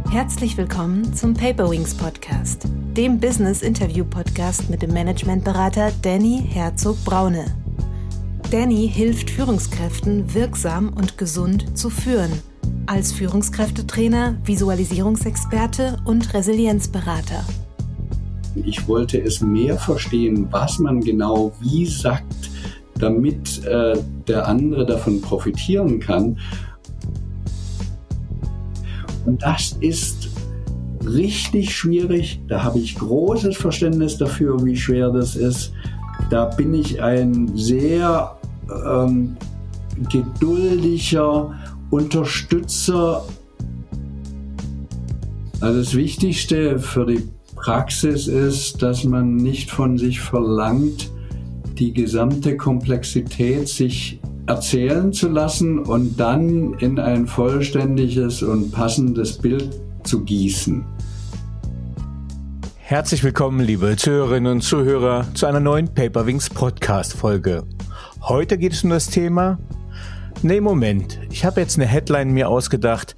Herzlich willkommen zum Paperwings Podcast, dem Business-Interview-Podcast mit dem Managementberater Danny Herzog-Braune. Danny hilft Führungskräften wirksam und gesund zu führen, als Führungskräftetrainer, Visualisierungsexperte und Resilienzberater. Ich wollte es mehr verstehen, was man genau wie sagt, damit der andere davon profitieren kann. Und das ist richtig schwierig. Da habe ich großes Verständnis dafür, wie schwer das ist. Da bin ich ein sehr geduldiger Unterstützer. Also das Wichtigste für die Praxis ist, dass man nicht von sich verlangt, die gesamte Komplexität sich erzählen zu lassen und dann in ein vollständiges und passendes Bild zu gießen. Herzlich willkommen, liebe Zuhörerinnen und Zuhörer, zu einer neuen Paperwings Podcast-Folge. Heute geht es um das Thema, Moment, ich habe jetzt eine Headline mir ausgedacht,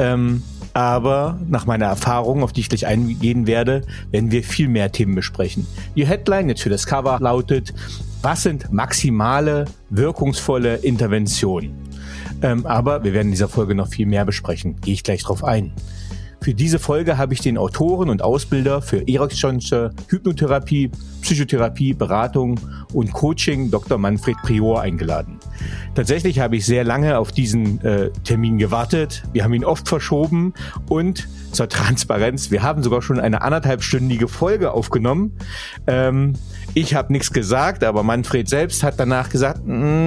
aber nach meiner Erfahrung, auf die ich gleich eingehen werde, werden wir viel mehr Themen besprechen. Die Headline jetzt für das Cover lautet: Was sind maximale, wirkungsvolle Interventionen? Aber wir werden in dieser Folge noch viel mehr besprechen. Gehe ich gleich drauf ein. Für diese Folge habe ich den Autoren und Ausbilder für Ericksonsche Hypnotherapie, Psychotherapie, Beratung und Coaching Dr. Manfred Prior eingeladen. Tatsächlich habe ich sehr lange auf diesen Termin gewartet. Wir haben ihn oft verschoben und zur Transparenz, wir haben sogar schon eine 1,5-stündige Folge aufgenommen. Ich habe nichts gesagt, aber Manfred selbst hat danach gesagt,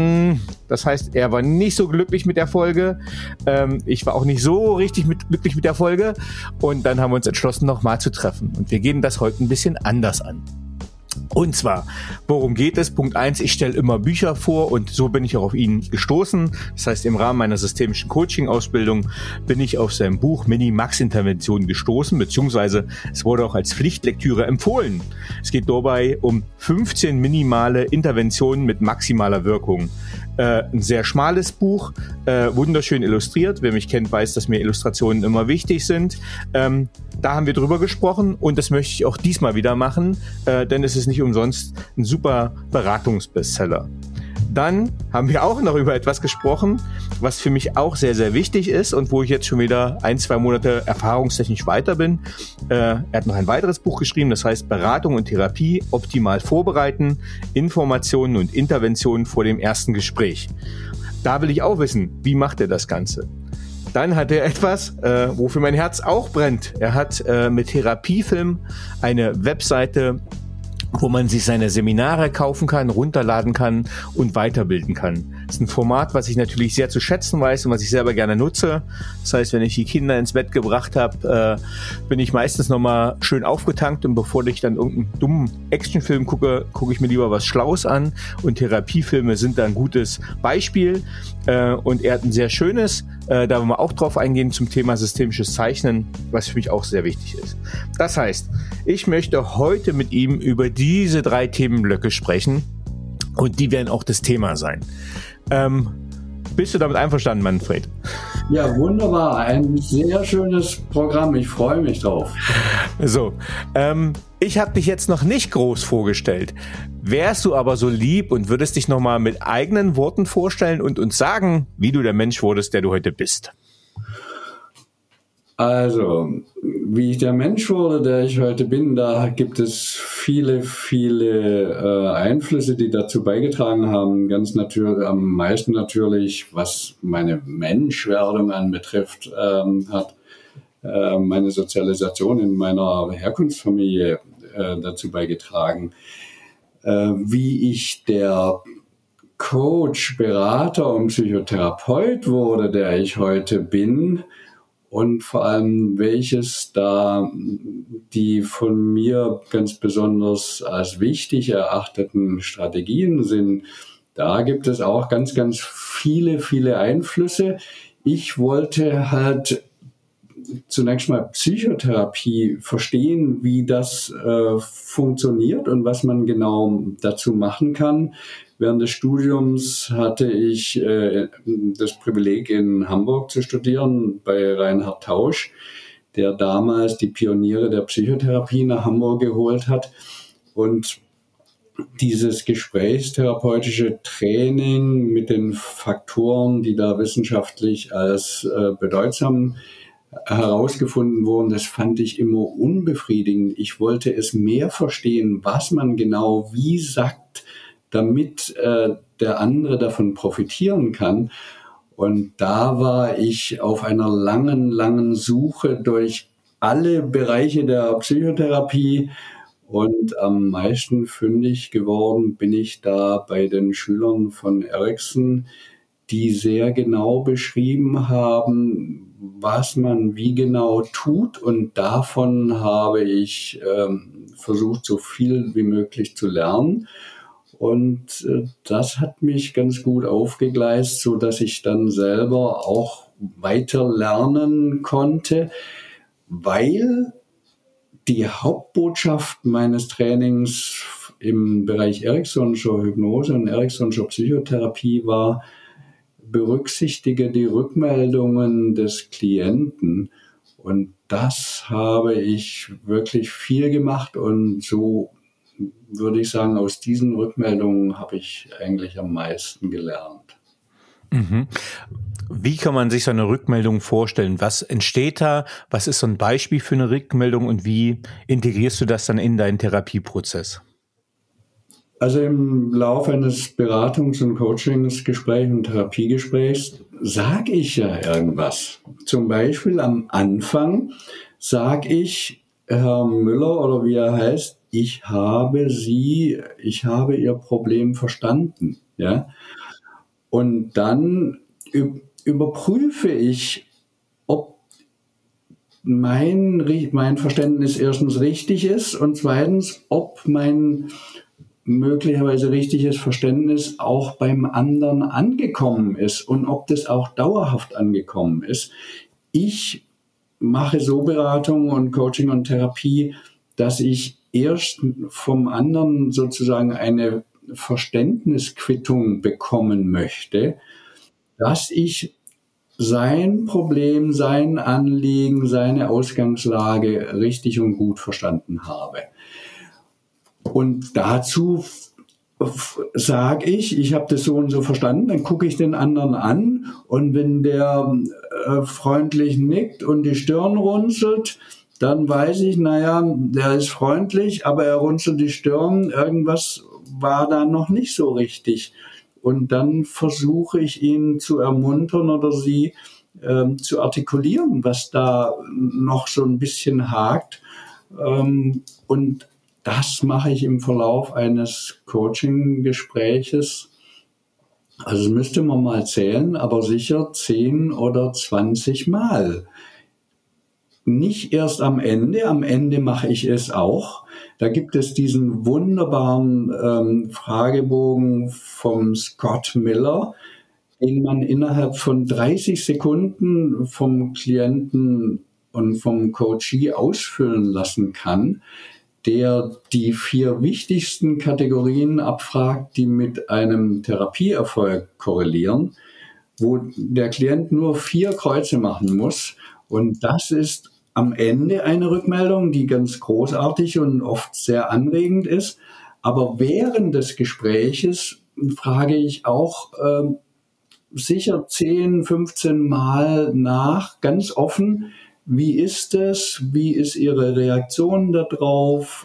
das heißt, er war nicht so glücklich mit der Folge. Ich war auch nicht so richtig glücklich mit der Folge. Und dann haben wir uns entschlossen, nochmal zu treffen. Und wir gehen das heute ein bisschen anders an. Und zwar, worum geht es? Punkt 1, ich stelle immer Bücher vor und so bin ich auch auf ihn gestoßen. Das heißt, im Rahmen meiner systemischen Coaching-Ausbildung bin ich auf sein Buch Mini-Max-Intervention gestoßen, beziehungsweise es wurde auch als Pflichtlektüre empfohlen. Es geht dabei um 15 minimale Interventionen mit maximaler Wirkung. Ein sehr schmales Buch, wunderschön illustriert. Wer mich kennt, weiß, dass mir Illustrationen immer wichtig sind. Da haben wir drüber gesprochen und das möchte ich auch diesmal wieder machen, denn es ist nicht umsonst ein super Beratungsbestseller. Dann haben wir auch noch über etwas gesprochen, was für mich auch sehr, sehr wichtig ist und wo ich jetzt schon wieder 1-2 Monate erfahrungstechnisch weiter bin. Er hat noch ein weiteres Buch geschrieben, das heißt Beratung und Therapie optimal vorbereiten, Informationen und Interventionen vor dem ersten Gespräch. Da will ich auch wissen, wie macht er das Ganze? Dann hat er etwas, wofür mein Herz auch brennt. Er hat mit Therapiefilm eine Webseite, wo man sich seine Seminare kaufen kann, runterladen kann und weiterbilden kann. Das ist ein Format, was ich natürlich sehr zu schätzen weiß und was ich selber gerne nutze. Das heißt, wenn ich die Kinder ins Bett gebracht habe, bin ich meistens nochmal schön aufgetankt und bevor ich dann irgendeinen dummen Actionfilm gucke, gucke ich mir lieber was Schlaues an und Therapiefilme sind da ein gutes Beispiel. Und er hat ein sehr schönes, da wollen wir auch drauf eingehen zum Thema systemisches Zeichnen, was für mich auch sehr wichtig ist. Das heißt, ich möchte heute mit ihm über diese 3 Themenblöcke sprechen und die werden auch das Thema sein. Bist du damit einverstanden, Manfred? Ja, wunderbar. Ein sehr schönes Programm. Ich freue mich drauf. So, ich habe dich jetzt noch nicht groß vorgestellt. Wärst du aber so lieb und würdest dich nochmal mit eigenen Worten vorstellen und uns sagen, wie du der Mensch wurdest, der du heute bist? Also, wie ich der Mensch wurde, der ich heute bin, da gibt es viele Einflüsse, die dazu beigetragen haben. Ganz natürlich, am meisten natürlich, was meine Menschwerdung anbetrifft, hat meine Sozialisation in meiner Herkunftsfamilie dazu beigetragen. Wie ich der Coach, Berater und Psychotherapeut wurde, der ich heute bin, und vor allem, welches da die von mir ganz besonders als wichtig erachteten Strategien sind, da gibt es auch ganz viele Einflüsse. Ich wollte halt zunächst mal Psychotherapie verstehen, wie das funktioniert und was man genau dazu machen kann. Während des Studiums hatte ich das Privileg, in Hamburg zu studieren bei Reinhard Tausch, der damals die Pioniere der Psychotherapie nach Hamburg geholt hat. Und dieses gesprächstherapeutische Training mit den Faktoren, die da wissenschaftlich als bedeutsam herausgefunden wurden, das fand ich immer unbefriedigend. Ich wollte es mehr verstehen, was man genau wie sagt, damit der andere davon profitieren kann. Und da war ich auf einer langen Suche durch alle Bereiche der Psychotherapie. Und am meisten fündig geworden bin ich da bei den Schülern von Erikson, die sehr genau beschrieben haben, was man wie genau tut. Und davon habe ich versucht, so viel wie möglich zu lernen. Und das hat mich ganz gut aufgegleist, so dass ich dann selber auch weiter lernen konnte, weil die Hauptbotschaft meines Trainings im Bereich Eriksonscher Hypnose und Eriksonscher Psychotherapie war: berücksichtige die Rückmeldungen des Klienten. Und das habe ich wirklich viel gemacht, und so würde ich sagen, aus diesen Rückmeldungen habe ich eigentlich am meisten gelernt. Mhm. Wie kann man sich so eine Rückmeldung vorstellen? Was entsteht da? Was ist so ein Beispiel für eine Rückmeldung und wie integrierst du das dann in deinen Therapieprozess? Also im Laufe eines Beratungs- und Coachingsgesprächs und Therapiegesprächs sage ich ja irgendwas. Zum Beispiel am Anfang sage ich, Herr Müller oder wie er heißt, ich habe Ihr Problem verstanden. Ja? Und dann überprüfe ich, ob mein Verständnis erstens richtig ist und zweitens, ob mein möglicherweise richtiges Verständnis auch beim anderen angekommen ist und ob das auch dauerhaft angekommen ist. Ich mache so Beratung und Coaching und Therapie, dass ich erst vom anderen sozusagen eine Verständnisquittung bekommen möchte, dass ich sein Problem, sein Anliegen, seine Ausgangslage richtig und gut verstanden habe. Und dazu sage ich habe das so und so verstanden, dann gucke ich den anderen an, und wenn der freundlich nickt und die Stirn runzelt, dann weiß ich, der ist freundlich, aber er runzelt die Stirn, irgendwas war da noch nicht so richtig. Und dann versuche ich ihn zu ermuntern oder sie zu artikulieren, was da noch so ein bisschen hakt. Und das mache ich im Verlauf eines Coaching-Gespräches. Also das müsste man mal zählen, aber sicher 10 oder 20 Mal. Nicht erst am Ende mache ich es auch. Da gibt es diesen wunderbaren Fragebogen vom Scott Miller, den man innerhalb von 30 Sekunden vom Klienten und vom Coachee ausfüllen lassen kann, der die 4 wichtigsten Kategorien abfragt, die mit einem Therapieerfolg korrelieren, wo der Klient nur 4 Kreuze machen muss. Und das ist am Ende eine Rückmeldung, die ganz großartig und oft sehr anregend ist. Aber während des Gespräches frage ich auch sicher 10, 15 Mal nach, ganz offen: Wie ist es? Wie ist Ihre Reaktion darauf?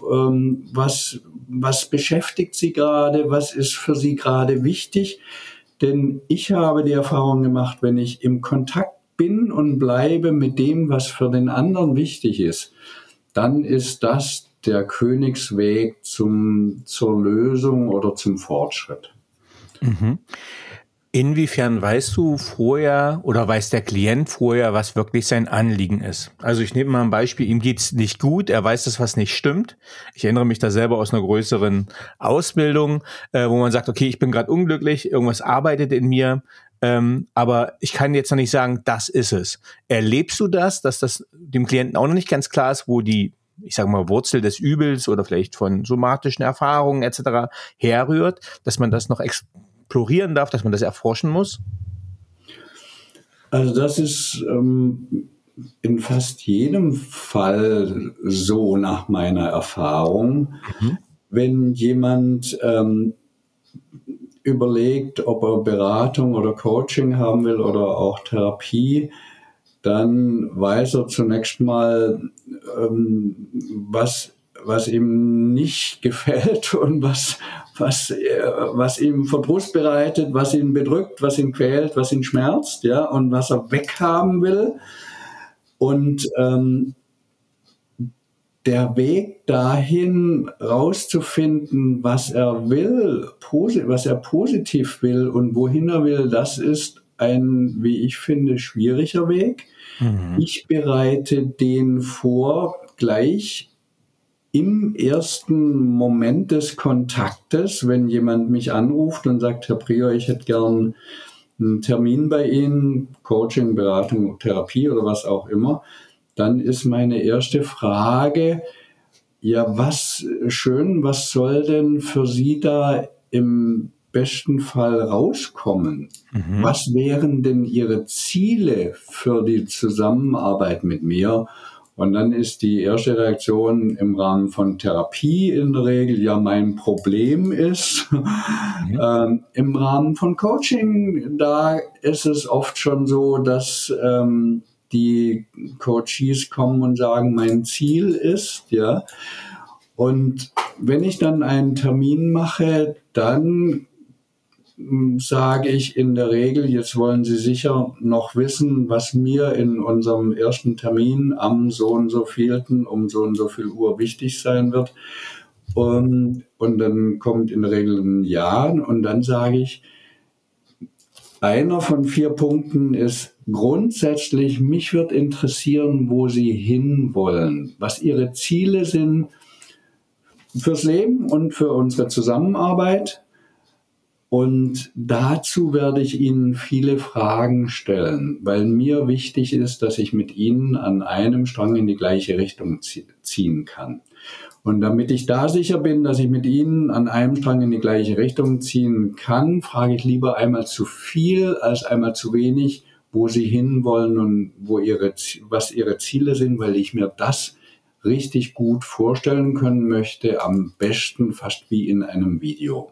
Was beschäftigt Sie gerade? Was ist für Sie gerade wichtig? Denn ich habe die Erfahrung gemacht, wenn ich im Kontakt bin und bleibe mit dem, was für den anderen wichtig ist, dann ist das der Königsweg zur Lösung oder zum Fortschritt. Mhm. Inwiefern weißt du vorher oder weiß der Klient vorher, was wirklich sein Anliegen ist? Also ich nehme mal ein Beispiel, ihm geht's nicht gut, er weiß, dass was nicht stimmt. Ich erinnere mich da selber aus einer größeren Ausbildung, wo man sagt, okay, ich bin gerade unglücklich, irgendwas arbeitet in mir, aber ich kann jetzt noch nicht sagen, das ist es. Erlebst du das, dass das dem Klienten auch noch nicht ganz klar ist, wo die, ich sage mal, Wurzel des Übels oder vielleicht von somatischen Erfahrungen etc. herrührt, dass man das noch explorieren darf, dass man das erforschen muss? Also das ist in fast jedem Fall so nach meiner Erfahrung, wenn jemand überlegt, ob er Beratung oder Coaching haben will oder auch Therapie, dann weiß er zunächst mal, was ihm nicht gefällt und was ihm Verdruss bereitet, was ihn bedrückt, was ihn quält, was ihn schmerzt, ja, und was er weghaben will. Und der Weg dahin, rauszufinden, was er will, was er positiv will und wohin er will, das ist ein, wie ich finde, schwieriger Weg. Ich bereite den vor, gleich im ersten Moment des Kontaktes, wenn jemand mich anruft und sagt, Herr Prior, ich hätte gern einen Termin bei Ihnen, Coaching, Beratung, Therapie oder was auch immer, dann ist meine erste Frage, ja, was soll denn für Sie da im besten Fall rauskommen? Was wären denn Ihre Ziele für die Zusammenarbeit mit mir? Und dann ist die erste Reaktion im Rahmen von Therapie in der Regel, ja, mein Problem ist. Im Rahmen von Coaching, da ist es oft schon so, dass die Coaches kommen und sagen, mein Ziel ist, ja. Und wenn ich dann einen Termin mache, dann sage ich in der Regel, jetzt wollen Sie sicher noch wissen, was mir in unserem ersten Termin am so und so vielten um so und so viel Uhr wichtig sein wird. Und dann kommt in der Regel ein Ja und dann sage ich, einer von 4 Punkten ist grundsätzlich, mich wird interessieren, wo Sie hinwollen, was Ihre Ziele sind fürs Leben und für unsere Zusammenarbeit. Und dazu werde ich Ihnen viele Fragen stellen, weil mir wichtig ist, dass ich mit Ihnen an einem Strang in die gleiche Richtung ziehen kann. Und damit ich da sicher bin, dass ich mit Ihnen an einem Strang in die gleiche Richtung ziehen kann, frage ich lieber einmal zu viel als einmal zu wenig, wo Sie hinwollen und was Ihre Ziele sind, weil ich mir das richtig gut vorstellen können möchte, am besten fast wie in einem Video.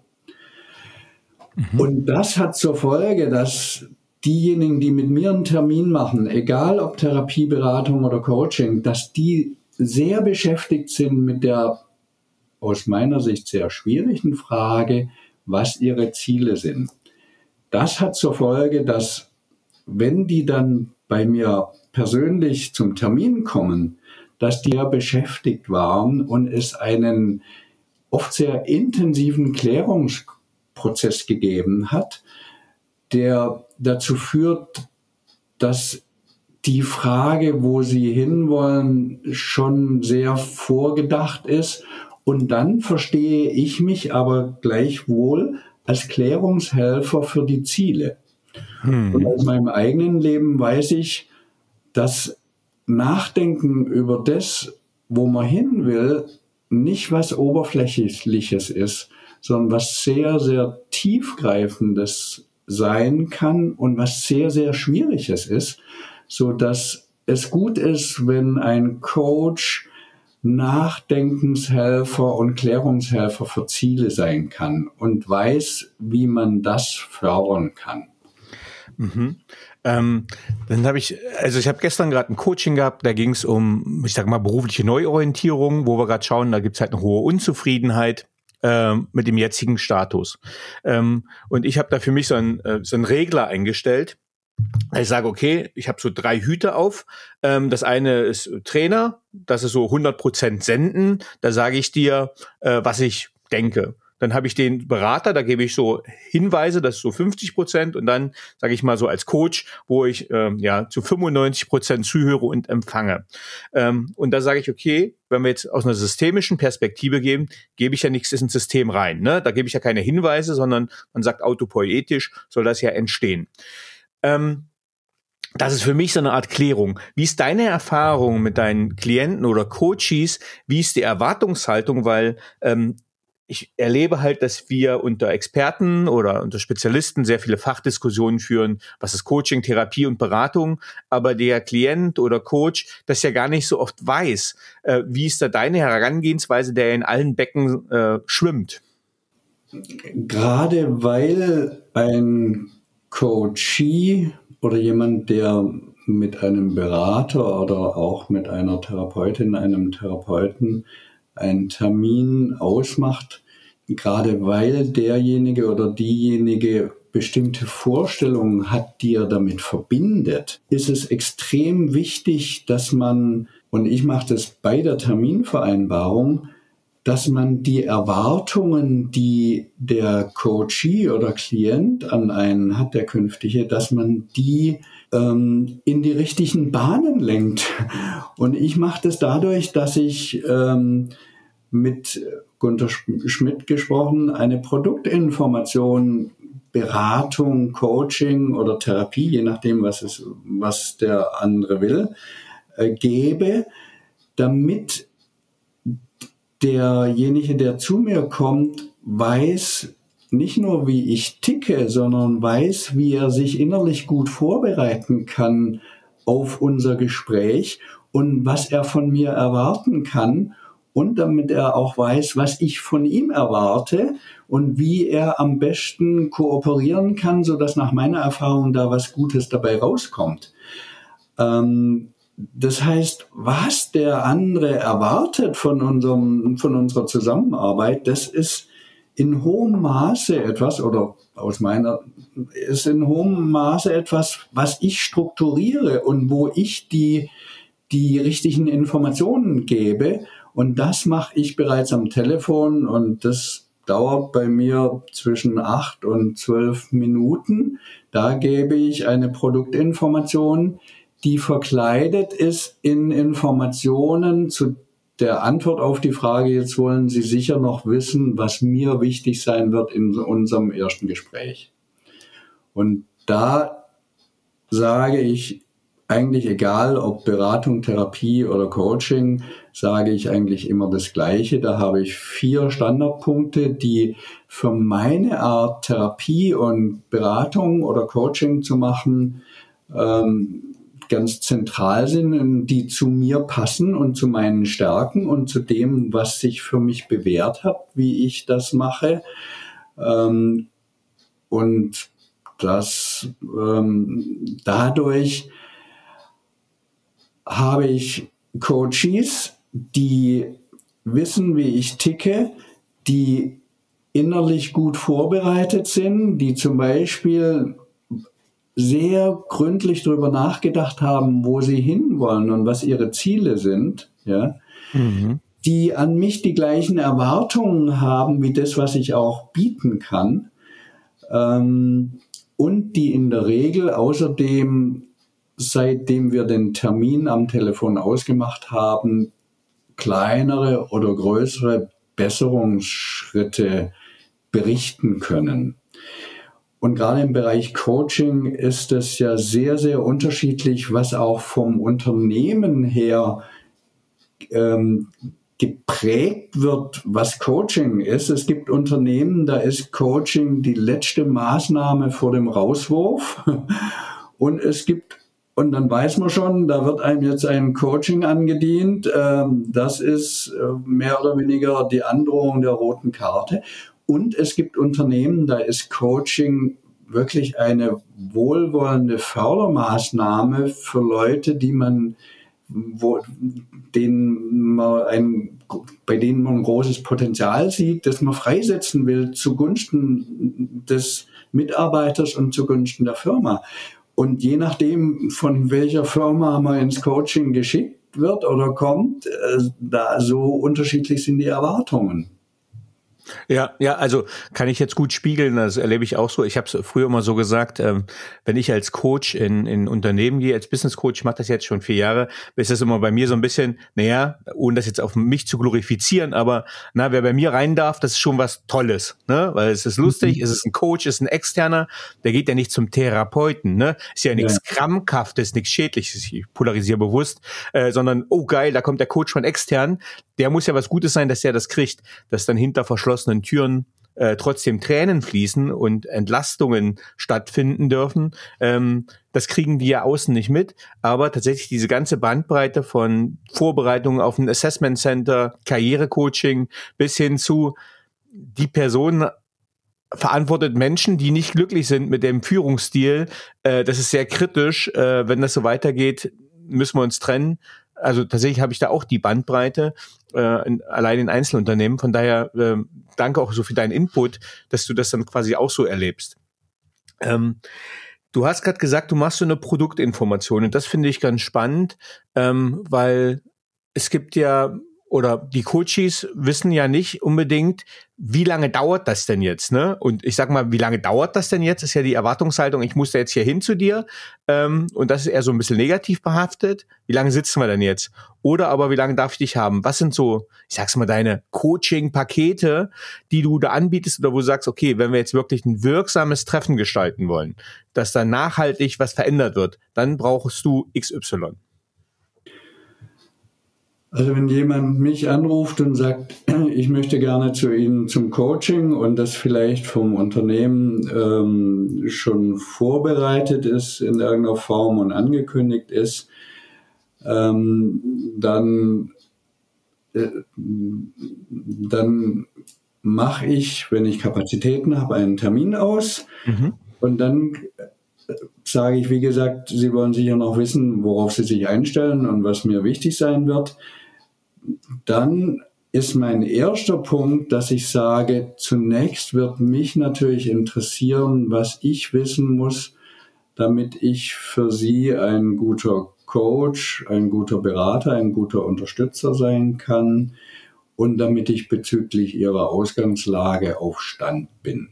Und das hat zur Folge, dass diejenigen, die mit mir einen Termin machen, egal ob Therapie, Beratung oder Coaching, dass die sehr beschäftigt sind mit der aus meiner Sicht sehr schwierigen Frage, was ihre Ziele sind. Das hat zur Folge, dass wenn die dann bei mir persönlich zum Termin kommen, dass die ja beschäftigt waren und es einen oft sehr intensiven Klärungsprozess gegeben hat, der dazu führt, dass die Frage, wo sie hinwollen, schon sehr vorgedacht ist. Und dann verstehe ich mich aber gleichwohl als Klärungshelfer für die Ziele. Und aus meinem eigenen Leben weiß ich, dass Nachdenken über das, wo man hin will, nicht was Oberflächliches ist, sondern was sehr, sehr Tiefgreifendes sein kann und was sehr, sehr Schwieriges ist, so dass es gut ist, wenn ein Coach Nachdenkenshelfer und Klärungshelfer für Ziele sein kann und weiß, wie man das fördern kann. Dann habe ich habe gestern gerade ein Coaching gehabt, da ging es um, ich sag mal, berufliche Neuorientierung, wo wir gerade schauen, da gibt es halt eine hohe Unzufriedenheit mit dem jetzigen Status. Und ich habe da für mich so einen Regler eingestellt. Ich sage, okay, ich habe so 3 Hüte auf. Das eine ist Trainer, das ist so 100% senden. Da sage ich dir, was ich denke. Dann habe ich den Berater, da gebe ich so Hinweise, das ist so 50%. Und dann sage ich mal so als Coach, wo ich zu 95% zuhöre und empfange. Und da sage ich, okay, wenn wir jetzt aus einer systemischen Perspektive gehen, gebe ich ja nichts ins System rein. Ne? Da gebe ich ja keine Hinweise, sondern man sagt autopoietisch, soll das ja entstehen. Das ist für mich so eine Art Klärung. Wie ist deine Erfahrung mit deinen Klienten oder Coaches? Wie ist die Erwartungshaltung? Weil ich erlebe halt, dass wir unter Experten oder unter Spezialisten sehr viele Fachdiskussionen führen, was ist Coaching, Therapie und Beratung, aber der Klient oder Coach das ja gar nicht so oft weiß. Wie ist da deine Herangehensweise, der in allen Becken schwimmt? Gerade weil ein Coachee oder jemand, der mit einem Berater oder auch mit einer Therapeutin, einem Therapeuten einen Termin ausmacht, gerade weil derjenige oder diejenige bestimmte Vorstellungen hat, die er damit verbindet, ist es extrem wichtig, dass man, und ich mache das bei der Terminvereinbarung, dass man die Erwartungen, die der Coachee oder Klient an einen hat, der künftige, dass man die in die richtigen Bahnen lenkt. Und ich mache das dadurch, dass ich mit Gunter Schmidt gesprochen, eine Produktinformation, Beratung, Coaching oder Therapie, je nachdem, was der andere will, gebe, damit derjenige, der zu mir kommt, weiß nicht nur, wie ich ticke, sondern weiß, wie er sich innerlich gut vorbereiten kann auf unser Gespräch und was er von mir erwarten kann und damit er auch weiß, was ich von ihm erwarte und wie er am besten kooperieren kann, sodass nach meiner Erfahrung da was Gutes dabei rauskommt. Das heißt, was der andere erwartet von unserer Zusammenarbeit, das ist in hohem Maße etwas, was ich strukturiere und wo ich die richtigen Informationen gebe. Und das mache ich bereits am Telefon und das dauert bei mir zwischen 8 und 12 Minuten. Da gebe ich eine Produktinformation, die verkleidet ist in Informationen zu der Antwort auf die Frage, jetzt wollen Sie sicher noch wissen, was mir wichtig sein wird in unserem ersten Gespräch. Und da sage ich eigentlich, egal ob Beratung, Therapie oder Coaching, sage ich eigentlich immer das Gleiche. Da habe ich 4 Standardpunkte, die für meine Art Therapie und Beratung oder Coaching zu machen, ganz zentral sind, die zu mir passen und zu meinen Stärken und zu dem, was sich für mich bewährt hat, wie ich das mache. Und das dadurch habe ich Coaches, die wissen, wie ich ticke, die innerlich gut vorbereitet sind, die zum Beispiel sehr gründlich darüber nachgedacht haben, wo sie hinwollen und was ihre Ziele sind, ja, die an mich die gleichen Erwartungen haben wie das, was ich auch bieten kann, und die in der Regel außerdem, seitdem wir den Termin am Telefon ausgemacht haben, kleinere oder größere Besserungsschritte berichten können. Und gerade im Bereich Coaching ist es ja sehr, sehr unterschiedlich, was auch vom Unternehmen her geprägt wird, was Coaching ist. Es gibt Unternehmen, da ist Coaching die letzte Maßnahme vor dem Rauswurf. Und dann weiß man schon, da wird einem jetzt ein Coaching angedient. Das ist mehr oder weniger die Androhung der roten Karte. Und es gibt Unternehmen, da ist Coaching wirklich eine wohlwollende Fördermaßnahme für Leute, bei denen man ein großes Potenzial sieht, das man freisetzen will zugunsten des Mitarbeiters und zugunsten der Firma. Und je nachdem, von welcher Firma man ins Coaching geschickt wird oder kommt, da so unterschiedlich sind die Erwartungen. Ja, also kann ich jetzt gut spiegeln, das erlebe ich auch so. Ich habe es früher immer so gesagt, wenn ich als Coach in Unternehmen gehe, als Business Coach, ich mache das jetzt schon 4 Jahre, ist das immer bei mir so ein bisschen, ohne das jetzt auf mich zu glorifizieren, aber wer bei mir rein darf, das ist schon was Tolles, ne? Weil es ist lustig, es ist ein Coach, es ist ein Externer, der geht ja nicht zum Therapeuten, ne? Ist ja nichts Krampfhaftes, nichts Schädliches, ich polarisiere bewusst, sondern, oh geil, da kommt der Coach von extern, der muss ja was Gutes sein, dass er das kriegt, dass dann hinter verschlossenen Türen trotzdem Tränen fließen und Entlastungen stattfinden dürfen. Das kriegen die ja außen nicht mit, aber tatsächlich diese ganze Bandbreite von Vorbereitungen auf ein Assessment Center, Karrierecoaching bis hin zu die Person verantwortet Menschen, die nicht glücklich sind mit dem Führungsstil. Das ist sehr kritisch. Wenn das so weitergeht, müssen wir uns trennen. Also tatsächlich habe ich da auch die Bandbreite, allein in Einzelunternehmen. Von daher danke auch so für deinen Input, dass du das dann quasi auch so erlebst. Du hast gerade gesagt, du machst so eine Produktinformation und das finde ich ganz spannend, weil es gibt ja, oder die Coaches wissen ja nicht unbedingt, wie lange dauert das denn jetzt, ne? Und ich sag mal, wie lange dauert das denn jetzt? Ist ja die Erwartungshaltung, ich muss da jetzt hier hin zu dir. Und das ist eher so ein bisschen negativ behaftet. Wie lange sitzen wir denn jetzt? Oder aber, wie lange darf ich dich haben? Was sind so, ich sag's mal, deine Coaching-Pakete, die du da anbietest oder wo du sagst, okay, wenn wir jetzt wirklich ein wirksames Treffen gestalten wollen, dass da nachhaltig was verändert wird, dann brauchst du XY. Also wenn jemand mich anruft und sagt, ich möchte gerne zu Ihnen zum Coaching und das vielleicht vom Unternehmen schon vorbereitet ist in irgendeiner Form und angekündigt ist, dann mache ich, wenn ich Kapazitäten habe, einen Termin aus und dann sage ich, wie gesagt, Sie wollen sicher noch wissen, worauf Sie sich einstellen und was mir wichtig sein wird. Dann ist mein erster Punkt, dass ich sage, zunächst wird mich natürlich interessieren, was ich wissen muss, damit ich für Sie ein guter Coach, ein guter Berater, ein guter Unterstützer sein kann und damit ich bezüglich Ihrer Ausgangslage auf Stand bin.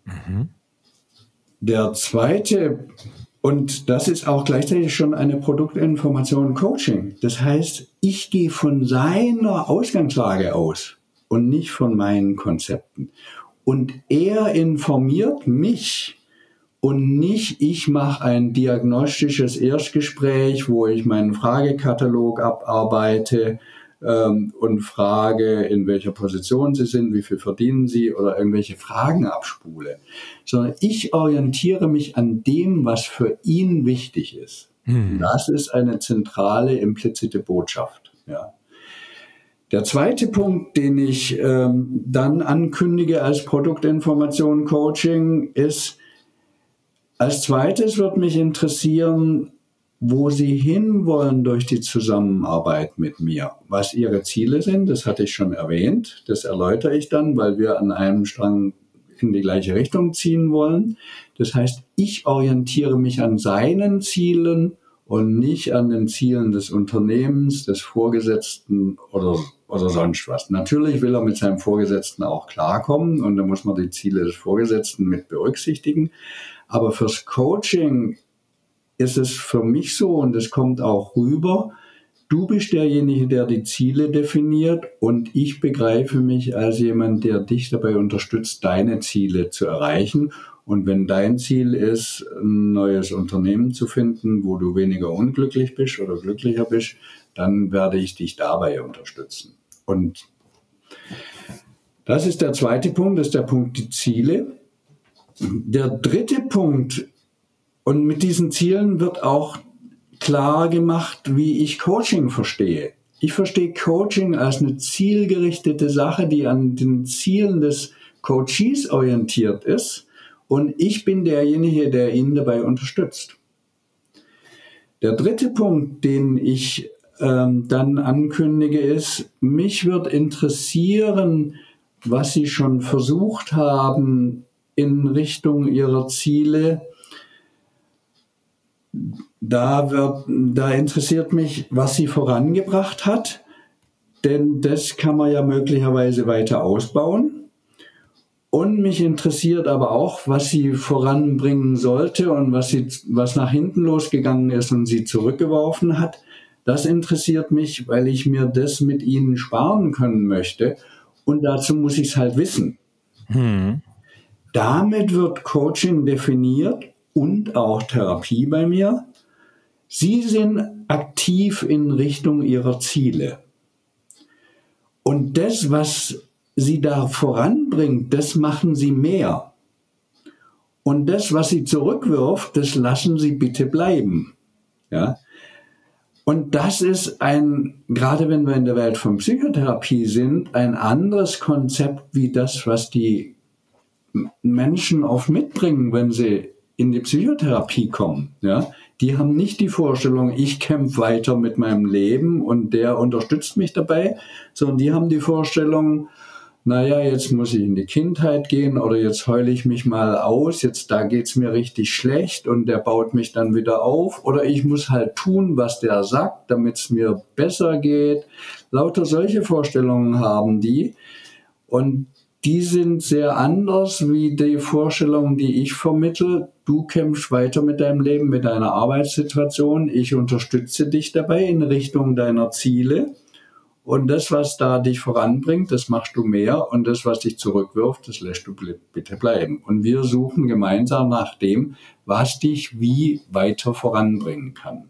Der zweite, und das ist auch gleichzeitig schon eine Produktinformation Coaching. Das heißt, ich gehe von seiner Ausgangslage aus und nicht von meinen Konzepten. Und er informiert mich und nicht ich mache ein diagnostisches Erstgespräch, wo ich meinen Fragekatalog abarbeite und frage, in welcher Position Sie sind, wie viel verdienen Sie oder irgendwelche Fragen abspule, sondern ich orientiere mich an dem, was für ihn wichtig ist. Das ist eine zentrale, implizite Botschaft. Ja. Der zweite Punkt, den ich dann ankündige als Produktinformation Coaching, ist, als zweites wird mich interessieren, wo Sie hinwollen durch die Zusammenarbeit mit mir. Was Ihre Ziele sind, das hatte ich schon erwähnt. Das erläutere ich dann, weil wir an einem Strang in die gleiche Richtung ziehen wollen. Das heißt, ich orientiere mich an seinen Zielen und nicht an den Zielen des Unternehmens, des Vorgesetzten oder sonst was. Natürlich will er mit seinem Vorgesetzten auch klarkommen und da muss man die Ziele des Vorgesetzten mit berücksichtigen. Aber fürs Coaching ist es für mich so, und es kommt auch rüber, du bist derjenige, der die Ziele definiert und ich begreife mich als jemand, der dich dabei unterstützt, deine Ziele zu erreichen. Und wenn dein Ziel ist, ein neues Unternehmen zu finden, wo du weniger unglücklich bist oder glücklicher bist, dann werde ich dich dabei unterstützen. Und das ist der zweite Punkt, das ist der Punkt die Ziele. Der dritte Punkt, und mit diesen Zielen wird auch klar gemacht, wie ich Coaching verstehe. Ich verstehe Coaching als eine zielgerichtete Sache, die an den Zielen des Coaches orientiert ist. Und ich bin derjenige, der ihn dabei unterstützt. Der dritte Punkt, den ich dann ankündige, ist, mich wird interessieren, was Sie schon versucht haben in Richtung Ihrer Ziele. Da interessiert mich, was sie vorangebracht hat, denn das kann man ja möglicherweise weiter ausbauen. Und mich interessiert aber auch, was sie voranbringen sollte und was nach hinten losgegangen ist und sie zurückgeworfen hat. Das interessiert mich, weil ich mir das mit ihnen sparen können möchte. Und dazu muss ich es halt wissen. Damit wird Coaching definiert und auch Therapie bei mir. Sie sind aktiv in Richtung Ihrer Ziele. Und das, was sie da voranbringt, das machen sie mehr. Und das, was sie zurückwirft, das lassen sie bitte bleiben. Ja? Und das ist gerade wenn wir in der Welt von Psychotherapie sind, ein anderes Konzept wie das, was die Menschen oft mitbringen, wenn sie in die Psychotherapie kommen. Ja? Die haben nicht die Vorstellung, ich kämpfe weiter mit meinem Leben und der unterstützt mich dabei, sondern die haben die Vorstellung, naja, jetzt muss ich in die Kindheit gehen oder jetzt heule ich mich mal aus, jetzt da geht's mir richtig schlecht und der baut mich dann wieder auf oder ich muss halt tun, was der sagt, damit es mir besser geht. Lauter solche Vorstellungen haben die und die sind sehr anders wie die Vorstellungen, die ich vermittle. Du kämpfst weiter mit deinem Leben, mit deiner Arbeitssituation. Ich unterstütze dich dabei in Richtung deiner Ziele. Und das, was da dich voranbringt, das machst du mehr. Und das, was dich zurückwirft, das lässt du bitte bleiben. Und wir suchen gemeinsam nach dem, was dich wie weiter voranbringen kann.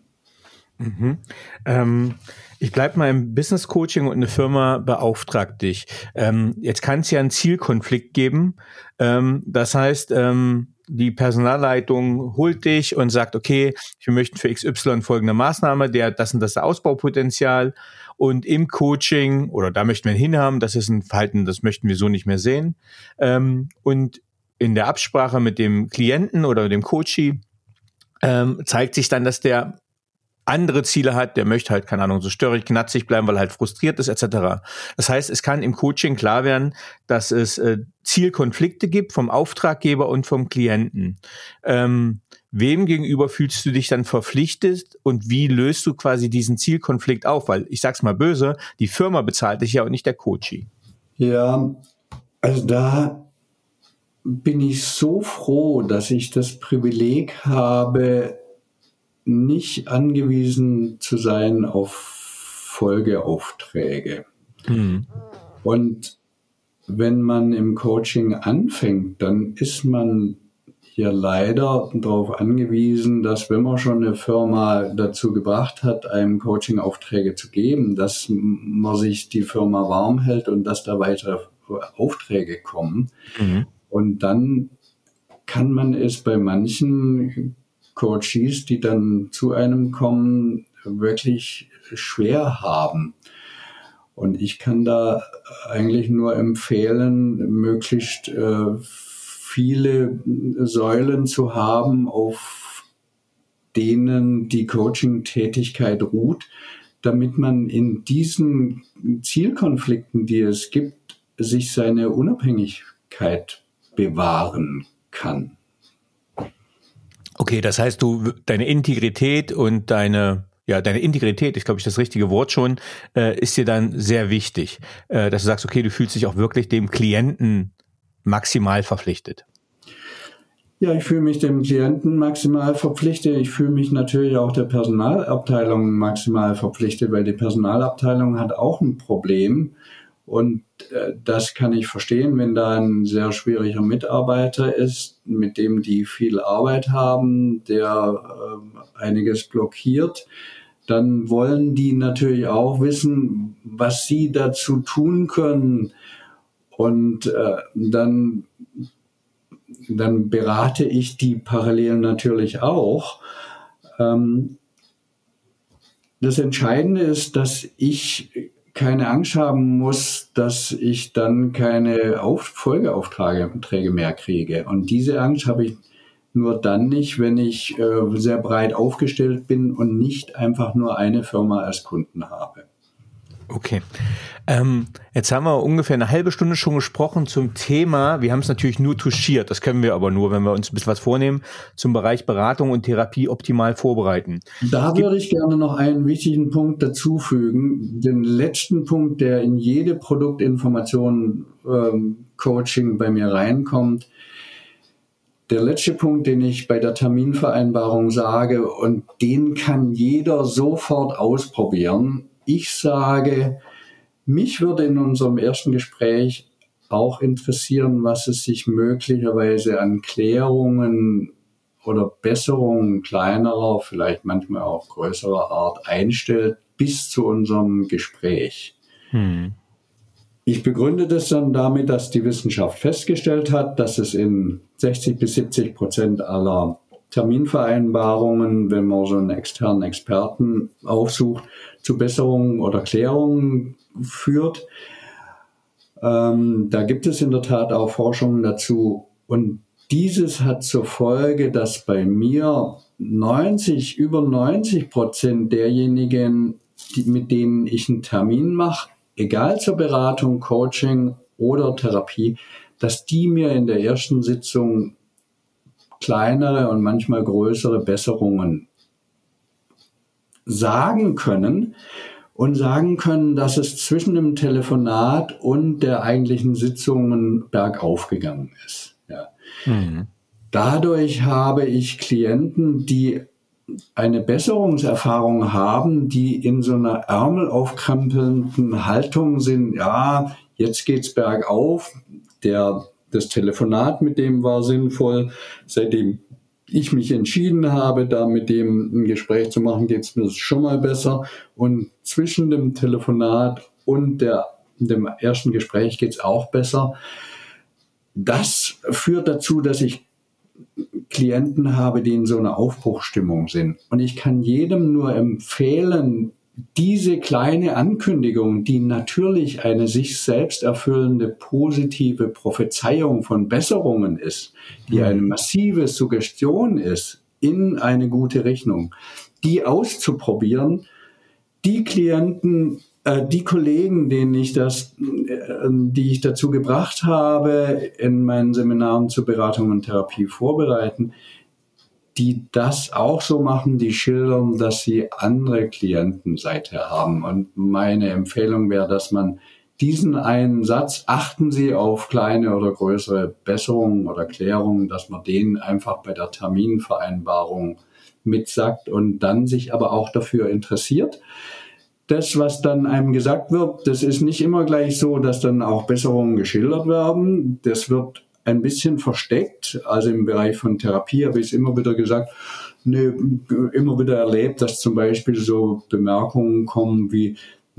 Mhm. Ich bleibe mal im Business Coaching und eine Firma beauftragt dich. Jetzt kann es ja einen Zielkonflikt geben. Das heißt, die Personalleitung holt dich und sagt, okay, wir möchten für XY folgende Maßnahme, das und das Ausbaupotenzial. Und im Coaching, oder da möchten wir hinhaben, das ist ein Verhalten, das möchten wir so nicht mehr sehen. Und in der Absprache mit dem Klienten oder dem Coachee zeigt sich dann, dass der andere Ziele hat, der möchte halt, keine Ahnung, so störrig, knatzig bleiben, weil er halt frustriert ist, etc. Das heißt, es kann im Coaching klar werden, dass es Zielkonflikte gibt vom Auftraggeber und vom Klienten. Wem gegenüber fühlst du dich dann verpflichtet und wie löst du quasi diesen Zielkonflikt auf? Weil, ich sag's mal böse, die Firma bezahlt dich ja und nicht der Coachee. Ja, also da bin ich so froh, dass ich das Privileg habe, nicht angewiesen zu sein auf Folgeaufträge. Und wenn man im Coaching anfängt, dann ist man ja leider darauf angewiesen, dass wenn man schon eine Firma dazu gebracht hat, einem Coaching-Aufträge zu geben, dass man sich die Firma warm hält und dass da weitere Aufträge kommen. Und dann kann man es bei manchen Coaches, die dann zu einem kommen, wirklich schwer haben. Und ich kann da eigentlich nur empfehlen, möglichst viele Säulen zu haben, auf denen die Coaching-Tätigkeit ruht, damit man in diesen Zielkonflikten, die es gibt, sich seine Unabhängigkeit bewahren kann. Okay, das heißt, deine Integrität und deine Integrität, ist, glaube ich, das richtige Wort schon, ist dir dann sehr wichtig, dass du sagst, okay, du fühlst dich auch wirklich dem Klienten maximal verpflichtet. Ja, ich fühle mich dem Klienten maximal verpflichtet. Ich fühle mich natürlich auch der Personalabteilung maximal verpflichtet, weil die Personalabteilung hat auch ein Problem. Und das kann ich verstehen, wenn da ein sehr schwieriger Mitarbeiter ist, mit dem die viel Arbeit haben, der einiges blockiert. Dann wollen die natürlich auch wissen, was sie dazu tun können. Und dann berate ich die parallel natürlich auch. Das Entscheidende ist, dass ich keine Angst haben muss, dass ich dann keine Folgeaufträge mehr kriege. Und diese Angst habe ich nur dann nicht, wenn ich sehr breit aufgestellt bin und nicht einfach nur eine Firma als Kunden habe. Okay. Jetzt haben wir ungefähr eine halbe Stunde schon gesprochen zum Thema, wir haben es natürlich nur touchiert, das können wir aber nur, wenn wir uns ein bisschen was vornehmen, zum Bereich Beratung und Therapie optimal vorbereiten. Da würde ich gerne noch einen wichtigen Punkt dazu fügen, den letzten Punkt, der in jede Produktinformation Coaching bei mir reinkommt. Der letzte Punkt, den ich bei der Terminvereinbarung sage, und den kann jeder sofort ausprobieren. Ich sage, mich würde in unserem ersten Gespräch auch interessieren, was es sich möglicherweise an Klärungen oder Besserungen kleinerer, vielleicht manchmal auch größerer Art einstellt bis zu unserem Gespräch. Ich begründe das dann damit, dass die Wissenschaft festgestellt hat, dass es in 60-70% aller Terminvereinbarungen, wenn man so einen externen Experten aufsucht, zu Besserungen oder Klärungen führt. Da gibt es in der Tat auch Forschungen dazu. Und dieses hat zur Folge, dass bei mir über 90% derjenigen, mit denen ich einen Termin mache, egal zur Beratung, Coaching oder Therapie, dass die mir in der ersten Sitzung kleinere und manchmal größere Besserungen sagen können und sagen können, dass es zwischen dem Telefonat und der eigentlichen Sitzung bergauf gegangen ist. Ja. Dadurch habe ich Klienten, die eine Besserungserfahrung haben, die in so einer ärmelaufkrempelnden Haltung sind, ja, jetzt geht's bergauf, das Telefonat mit dem war sinnvoll, seitdem ich mich entschieden habe, da mit dem ein Gespräch zu machen, geht's mir schon mal besser, und zwischen dem Telefonat und dem ersten Gespräch geht's auch besser. Das führt dazu, dass ich Klienten habe, die in so einer Aufbruchsstimmung sind. Und ich kann jedem nur empfehlen, diese kleine Ankündigung, die natürlich eine sich selbst erfüllende positive Prophezeiung von Besserungen ist, die eine massive Suggestion ist in eine gute Richtung, die auszuprobieren, die Klienten, die Kollegen, die ich dazu gebracht habe, in meinen Seminaren zur Beratung und Therapie vorbereiten, die das auch so machen, die schildern, dass sie andere Klienten seither haben. Und meine Empfehlung wäre, dass man diesen einen Satz, achten Sie auf kleine oder größere Besserungen oder Klärungen, dass man den einfach bei der Terminvereinbarung mitsagt und dann sich aber auch dafür interessiert. Das, was dann einem gesagt wird, das ist nicht immer gleich so, dass dann auch Besserungen geschildert werden. Das wird ein bisschen versteckt. Also im Bereich von Therapie habe ich es immer wieder gesagt, immer wieder erlebt, dass zum Beispiel so Bemerkungen kommen wie,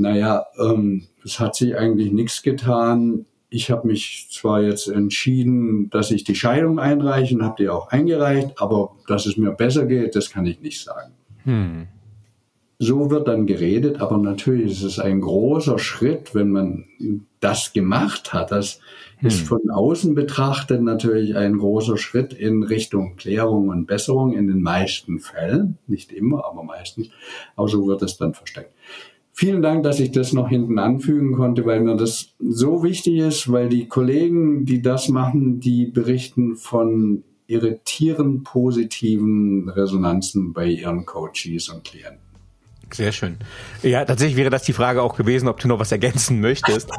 es hat sich eigentlich nichts getan. Ich habe mich zwar jetzt entschieden, dass ich die Scheidung einreiche und habe die auch eingereicht, aber dass es mir besser geht, das kann ich nicht sagen. So wird dann geredet, aber natürlich ist es ein großer Schritt, wenn man das gemacht hat. Das ist von außen betrachtet natürlich ein großer Schritt in Richtung Klärung und Besserung in den meisten Fällen. Nicht immer, aber meistens. Aber so wird es dann versteckt. Vielen Dank, dass ich das noch hinten anfügen konnte, weil mir das so wichtig ist, weil die Kollegen, die das machen, die berichten von irritierend positiven Resonanzen bei ihren Coaches und Klienten. Sehr schön. Ja, tatsächlich wäre das die Frage auch gewesen, ob du noch was ergänzen möchtest.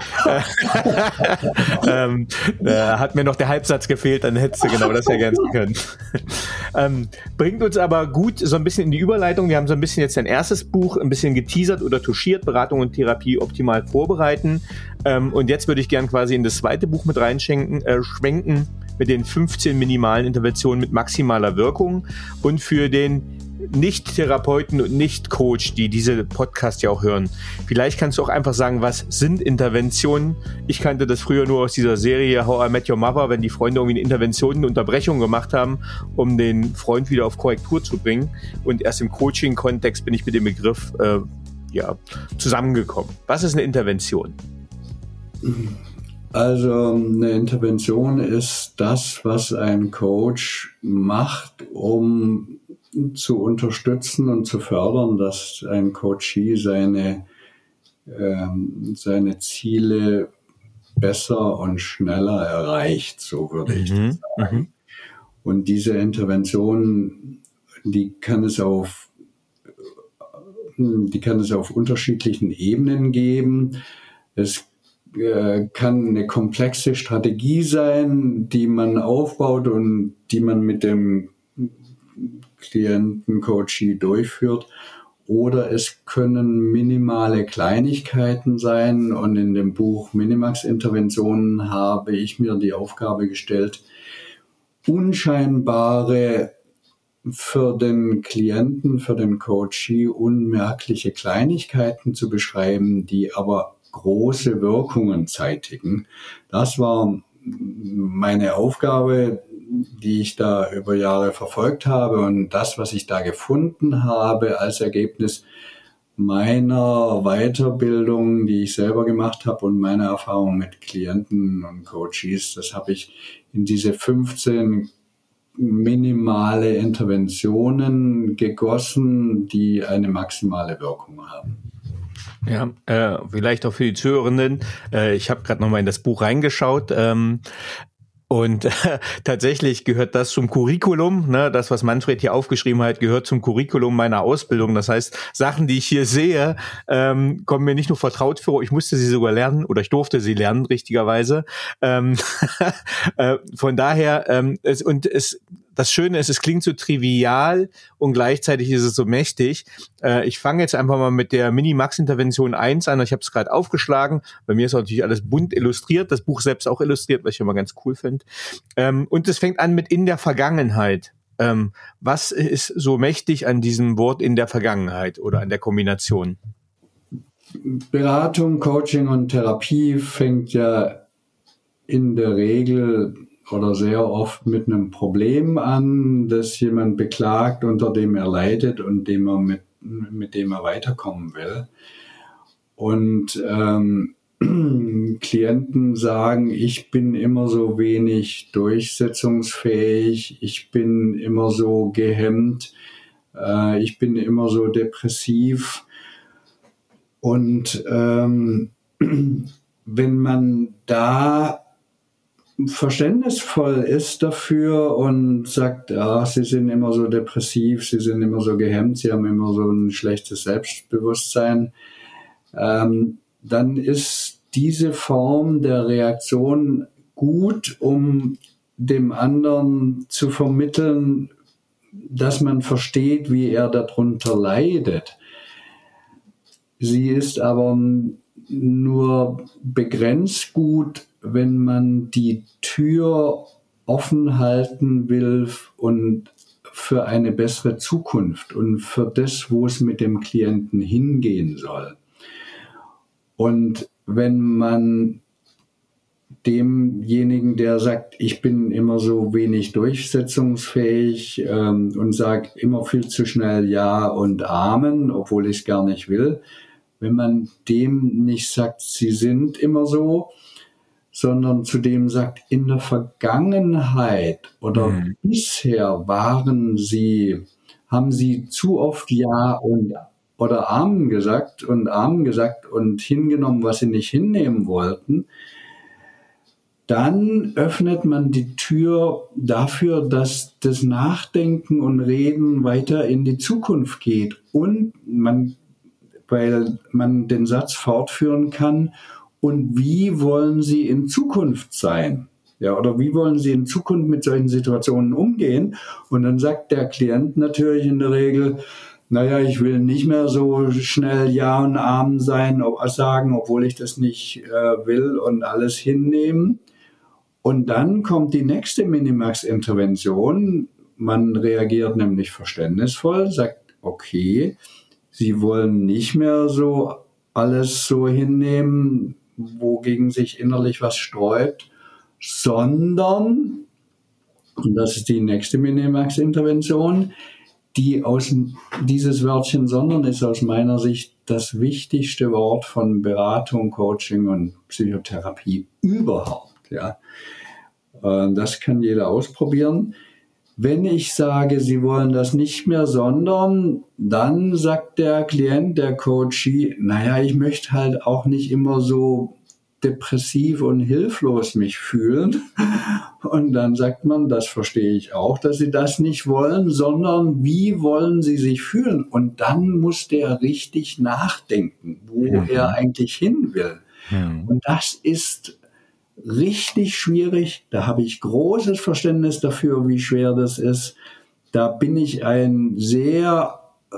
Hat mir noch der Halbsatz gefehlt, dann hättest du genau das ergänzen können. Bringt uns aber gut so ein bisschen in die Überleitung. Wir haben so ein bisschen jetzt dein erstes Buch ein bisschen geteasert oder touchiert, Beratung und Therapie optimal vorbereiten. Und jetzt würde ich gern quasi in das zweite Buch mit schwenken mit den 15 minimalen Interventionen mit maximaler Wirkung und für den Nicht-Therapeuten und Nicht-Coach, die diese Podcast ja auch hören. Vielleicht kannst du auch einfach sagen, was sind Interventionen? Ich kannte das früher nur aus dieser Serie How I Met Your Mother, wenn die Freunde irgendwie eine Intervention, eine Unterbrechung gemacht haben, um den Freund wieder auf Korrektur zu bringen. Und erst im Coaching-Kontext bin ich mit dem Begriff zusammengekommen. Was ist eine Intervention? Also eine Intervention ist das, was ein Coach macht, um zu unterstützen und zu fördern, dass ein Coachee seine Ziele besser und schneller erreicht, so würde ich das sagen. Und diese Intervention, die kann es auf unterschiedlichen Ebenen geben. Es kann eine komplexe Strategie sein, die man aufbaut und die man mit dem Klienten-Coachee durchführt. Oder es können minimale Kleinigkeiten sein. Und in dem Buch Minimax-Interventionen habe ich mir die Aufgabe gestellt, unscheinbare, für den Klienten, für den Coachee unmerkliche Kleinigkeiten zu beschreiben, die aber große Wirkungen zeitigen. Das war meine Aufgabe, die ich da über Jahre verfolgt habe, und das, was ich da gefunden habe als Ergebnis meiner Weiterbildung, die ich selber gemacht habe, und meiner Erfahrung mit Klienten und Coaches, das habe ich in diese 15 minimale Interventionen gegossen, die eine maximale Wirkung haben. Ja, vielleicht auch für die Zuhörenden. Ich habe gerade nochmal in das Buch reingeschaut. Und tatsächlich gehört das zum Curriculum, ne, das, was Manfred hier aufgeschrieben hat, gehört zum Curriculum meiner Ausbildung. Das heißt, Sachen, die ich hier sehe, kommen mir nicht nur vertraut vor, ich musste sie sogar lernen oder ich durfte sie lernen, richtigerweise. Von daher, das Schöne ist, es klingt so trivial und gleichzeitig ist es so mächtig. Ich fange jetzt einfach mal mit der Minimax-Intervention 1 an. Ich habe es gerade aufgeschlagen. Bei mir ist natürlich alles bunt illustriert, das Buch selbst auch illustriert, was ich immer ganz cool finde. Und es fängt an mit in der Vergangenheit. Was ist so mächtig an diesem Wort in der Vergangenheit oder an der Kombination? Beratung, Coaching und Therapie fängt ja in der Regel oder sehr oft mit einem Problem an, das jemand beklagt, unter dem er leidet und mit dem er weiterkommen will. Und Klienten sagen, ich bin immer so wenig durchsetzungsfähig, ich bin immer so gehemmt, ich bin immer so depressiv. Und wenn man da verständnisvoll ist dafür und sagt, sie sind immer so depressiv, sie sind immer so gehemmt, sie haben immer so ein schlechtes Selbstbewusstsein, dann ist diese Form der Reaktion gut, um dem anderen zu vermitteln, dass man versteht, wie er darunter leidet. Sie ist aber nur begrenzt gut, wenn man die Tür offen halten will und für eine bessere Zukunft und für das, wo es mit dem Klienten hingehen soll. Und wenn man demjenigen, der sagt, ich bin immer so wenig durchsetzungsfähig und sage immer viel zu schnell Ja und Amen, obwohl ich es gar nicht will, wenn man dem nicht sagt, sie sind immer so, sondern zu dem sagt, in der Vergangenheit oder bisher haben sie zu oft Ja oder Amen gesagt und hingenommen, was sie nicht hinnehmen wollten, dann öffnet man die Tür dafür, dass das Nachdenken und Reden weiter in die Zukunft geht und weil man den Satz fortführen kann, und wie wollen Sie in Zukunft sein? Ja, oder wie wollen Sie in Zukunft mit solchen Situationen umgehen? Und dann sagt der Klient natürlich in der Regel, naja, ich will nicht mehr so schnell Ja und Amen sagen, obwohl ich das nicht will und alles hinnehmen. Und dann kommt die nächste Minimax-Intervention. Man reagiert nämlich verständnisvoll, sagt, okay, Sie wollen nicht mehr so alles so hinnehmen, wogegen sich innerlich was sträubt, sondern, und das ist die nächste Minimax-Intervention, dieses Wörtchen sondern ist aus meiner Sicht das wichtigste Wort von Beratung, Coaching und Psychotherapie überhaupt. Ja. Das kann jeder ausprobieren. Wenn ich sage, Sie wollen das nicht mehr, sondern, dann sagt der Klient, der Coachee, naja, ich möchte halt auch nicht immer so depressiv und hilflos mich fühlen. Und dann sagt man, das verstehe ich auch, dass Sie das nicht wollen, sondern wie wollen Sie sich fühlen? Und dann muss der richtig nachdenken, wo er eigentlich hin will. Und das ist richtig schwierig, da habe ich großes Verständnis dafür, wie schwer das ist. Da bin ich ein sehr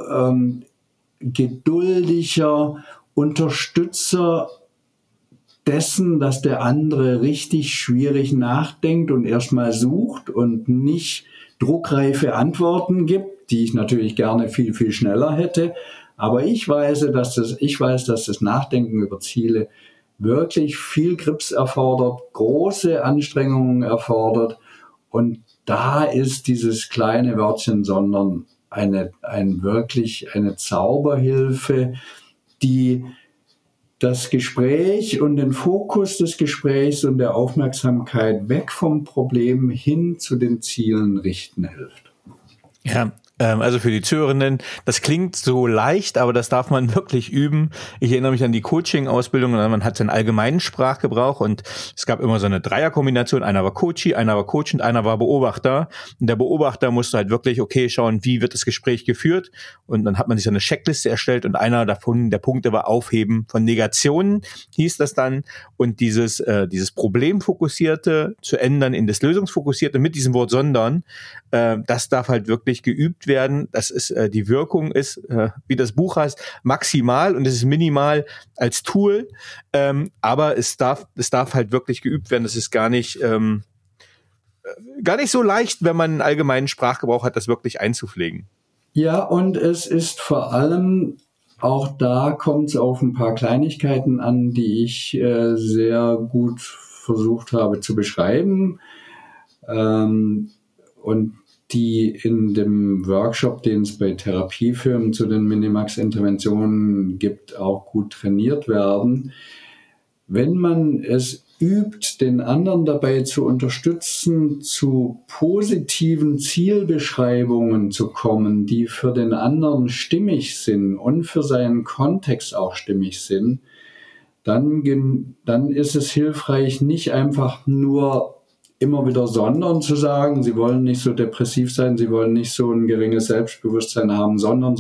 geduldiger Unterstützer dessen, dass der andere richtig schwierig nachdenkt und erstmal sucht und nicht druckreife Antworten gibt, die ich natürlich gerne viel, viel schneller hätte, Aber ich weiß, dass das Nachdenken über Ziele wirklich viel Grips erfordert, große Anstrengungen erfordert. Und da ist dieses kleine Wörtchen sondern wirklich eine Zauberhilfe, die das Gespräch und den Fokus des Gesprächs und der Aufmerksamkeit weg vom Problem hin zu den Zielen richten hilft. Ja, also für die Zuhörenden, das klingt so leicht, aber das darf man wirklich üben. Ich erinnere mich an die Coaching-Ausbildung, man hat seinen allgemeinen Sprachgebrauch und es gab immer so eine Dreierkombination. Einer war Coachee, einer war Coach und einer war Beobachter. Und der Beobachter musste halt wirklich, schauen, wie wird das Gespräch geführt. Und dann hat man sich so eine Checkliste erstellt und einer davon, der Punkte war Aufheben von Negationen, hieß das dann. Und dieses Problemfokussierte zu ändern in das Lösungsfokussierte mit diesem Wort sondern, das darf halt wirklich geübt werden. Das ist, die Wirkung ist, wie das Buch heißt, maximal und es ist minimal als Tool. Aber es darf halt wirklich geübt werden. Das ist gar nicht so leicht, wenn man einen allgemeinen Sprachgebrauch hat, das wirklich einzupflegen. Ja, und es ist vor allem, auch da kommt es auf ein paar Kleinigkeiten an, die ich sehr gut versucht habe zu beschreiben. Und die in dem Workshop, den es bei Therapiefirmen zu den Minimax-Interventionen gibt, auch gut trainiert werden. Wenn man es übt, den anderen dabei zu unterstützen, zu positiven Zielbeschreibungen zu kommen, die für den anderen stimmig sind und für seinen Kontext auch stimmig sind, dann ist es hilfreich, nicht einfach nur immer wieder sondern zu sagen, sie wollen nicht so depressiv sein, sie wollen nicht so ein geringes Selbstbewusstsein haben, sondern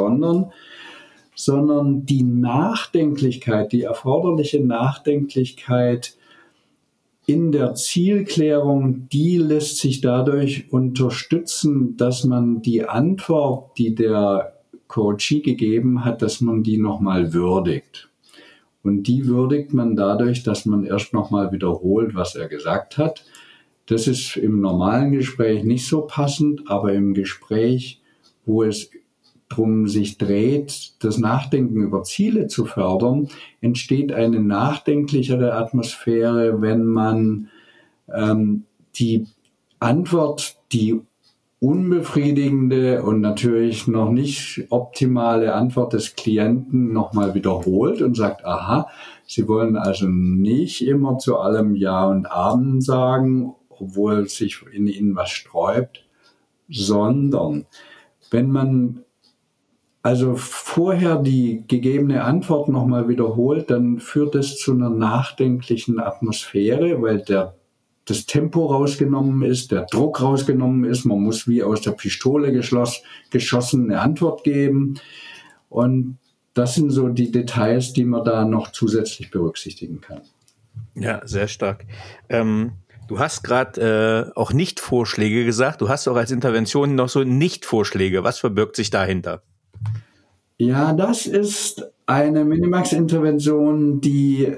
die Nachdenklichkeit, die erforderliche Nachdenklichkeit in der Zielklärung, die lässt sich dadurch unterstützen, dass man die Antwort, die der Coachee gegeben hat, dass man die nochmal würdigt. Und die würdigt man dadurch, dass man erst nochmal wiederholt, was er gesagt hat. Das ist im normalen Gespräch nicht so passend, aber im Gespräch, wo es darum sich dreht, das Nachdenken über Ziele zu fördern, entsteht eine nachdenklichere Atmosphäre, wenn man die Antwort, die unbefriedigende und natürlich noch nicht optimale Antwort des Klienten nochmal wiederholt und sagt, aha, Sie wollen also nicht immer zu allem Ja und Amen sagen, obwohl sich in Ihnen was sträubt, sondern wenn man also vorher die gegebene Antwort nochmal wiederholt, dann führt es zu einer nachdenklichen Atmosphäre, weil das Tempo rausgenommen ist, der Druck rausgenommen ist. Man muss wie aus der Pistole geschossen eine Antwort geben. Und das sind so die Details, die man da noch zusätzlich berücksichtigen kann. Ja, sehr stark. Du hast gerade auch Nicht-Vorschläge gesagt. Du hast auch als Intervention noch so Nicht-Vorschläge. Was verbirgt sich dahinter? Ja, das ist eine Minimax-Intervention, die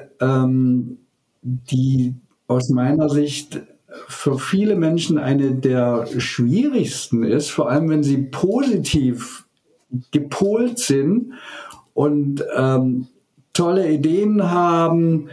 aus meiner Sicht für viele Menschen eine der schwierigsten ist, vor allem wenn sie positiv gepolt sind und tolle Ideen haben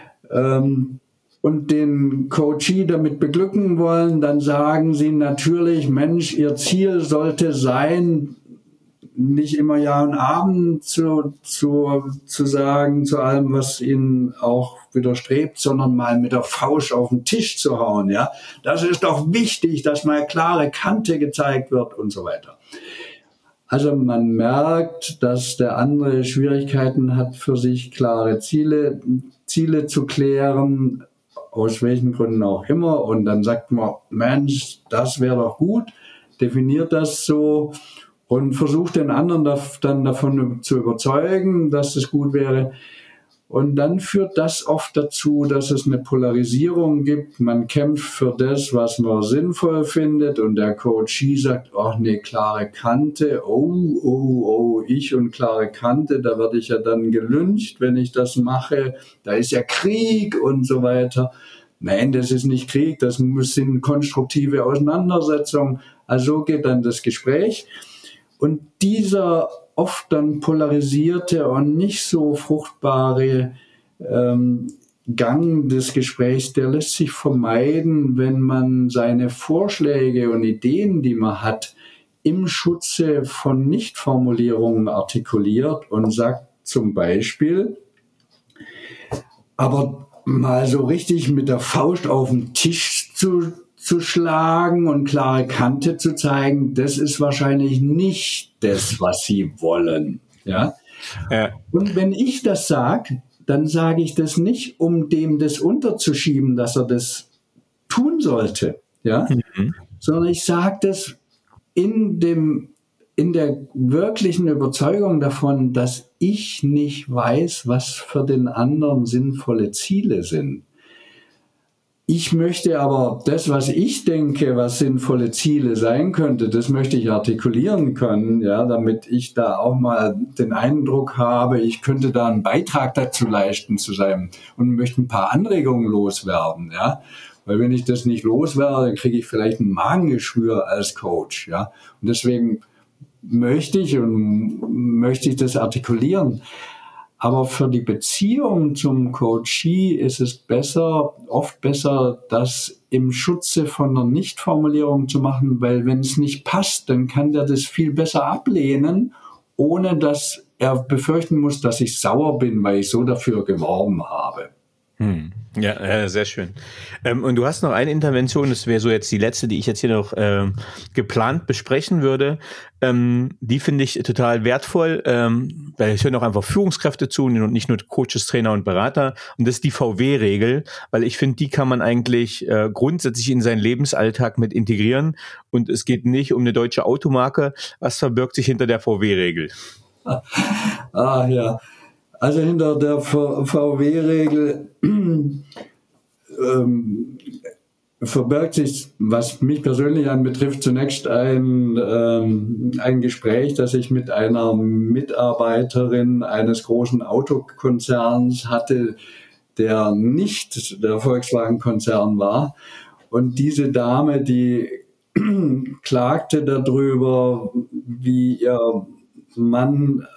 und den Coachee damit beglücken wollen, dann sagen sie natürlich, Mensch, ihr Ziel sollte sein, nicht immer Ja und Amen zu sagen zu allem, was ihnen auch widerstrebt, sondern mal mit der Faust auf den Tisch zu hauen. Ja, das ist doch wichtig, dass mal klare Kante gezeigt wird und so weiter. Also man merkt, dass der andere Schwierigkeiten hat, für sich klare Ziele zu klären, aus welchen Gründen auch immer. Und dann sagt man, Mensch, das wäre doch gut, definiert das so. Und versucht den anderen dann davon zu überzeugen, dass das gut wäre. Und dann führt das oft dazu, dass es eine Polarisierung gibt. Man kämpft für das, was man sinnvoll findet. Und der Coachee sagt, ach nee, klare Kante. Oh, ich und klare Kante, da werde ich ja dann gelyncht, wenn ich das mache. Da ist ja Krieg und so weiter. Nein, das ist nicht Krieg, das sind konstruktive Auseinandersetzungen. Also so geht dann das Gespräch. Und dieser oft dann polarisierte und nicht so fruchtbare Gang des Gesprächs, der lässt sich vermeiden, wenn man seine Vorschläge und Ideen, die man hat, im Schutze von Nichtformulierungen artikuliert und sagt zum Beispiel, aber mal so richtig mit der Faust auf den Tisch zu schlagen und klare Kante zu zeigen, das ist wahrscheinlich nicht das, was Sie wollen. Ja? Und wenn ich das sage, dann sage ich das nicht, um dem das unterzuschieben, dass er das tun sollte, ja? Sondern ich sage das in der wirklichen Überzeugung davon, dass ich nicht weiß, was für den anderen sinnvolle Ziele sind. Ich möchte aber das, was ich denke, was sinnvolle Ziele sein könnte, das möchte ich artikulieren können, ja, damit ich da auch mal den Eindruck habe, ich könnte da einen Beitrag dazu leisten zu sein und möchte ein paar Anregungen loswerden, ja. Weil wenn ich das nicht loswerde, dann kriege ich vielleicht ein Magengeschwür als Coach, ja. Und deswegen möchte ich das artikulieren. Aber für die Beziehung zum Coachee ist es oft besser, das im Schutze von einer Nichtformulierung zu machen, weil wenn es nicht passt, dann kann der das viel besser ablehnen, ohne dass er befürchten muss, dass ich sauer bin, weil ich so dafür geworben habe. Ja, sehr schön. Und du hast noch eine Intervention, das wäre so jetzt die letzte, die ich jetzt hier noch geplant besprechen würde. Die finde ich total wertvoll, weil es hören auch einfach Führungskräfte zu und nicht nur Coaches, Trainer und Berater. Und das ist die VW-Regel, weil ich finde, die kann man eigentlich grundsätzlich in seinen Lebensalltag mit integrieren. Und es geht nicht um eine deutsche Automarke. Was verbirgt sich hinter der VW-Regel? Ja. Also hinter der VW-Regel verbirgt sich, was mich persönlich anbetrifft, zunächst ein Gespräch, das ich mit einer Mitarbeiterin eines großen Autokonzerns hatte, der nicht der Volkswagen-Konzern war. Und diese Dame, die klagte darüber, wie ihr Mann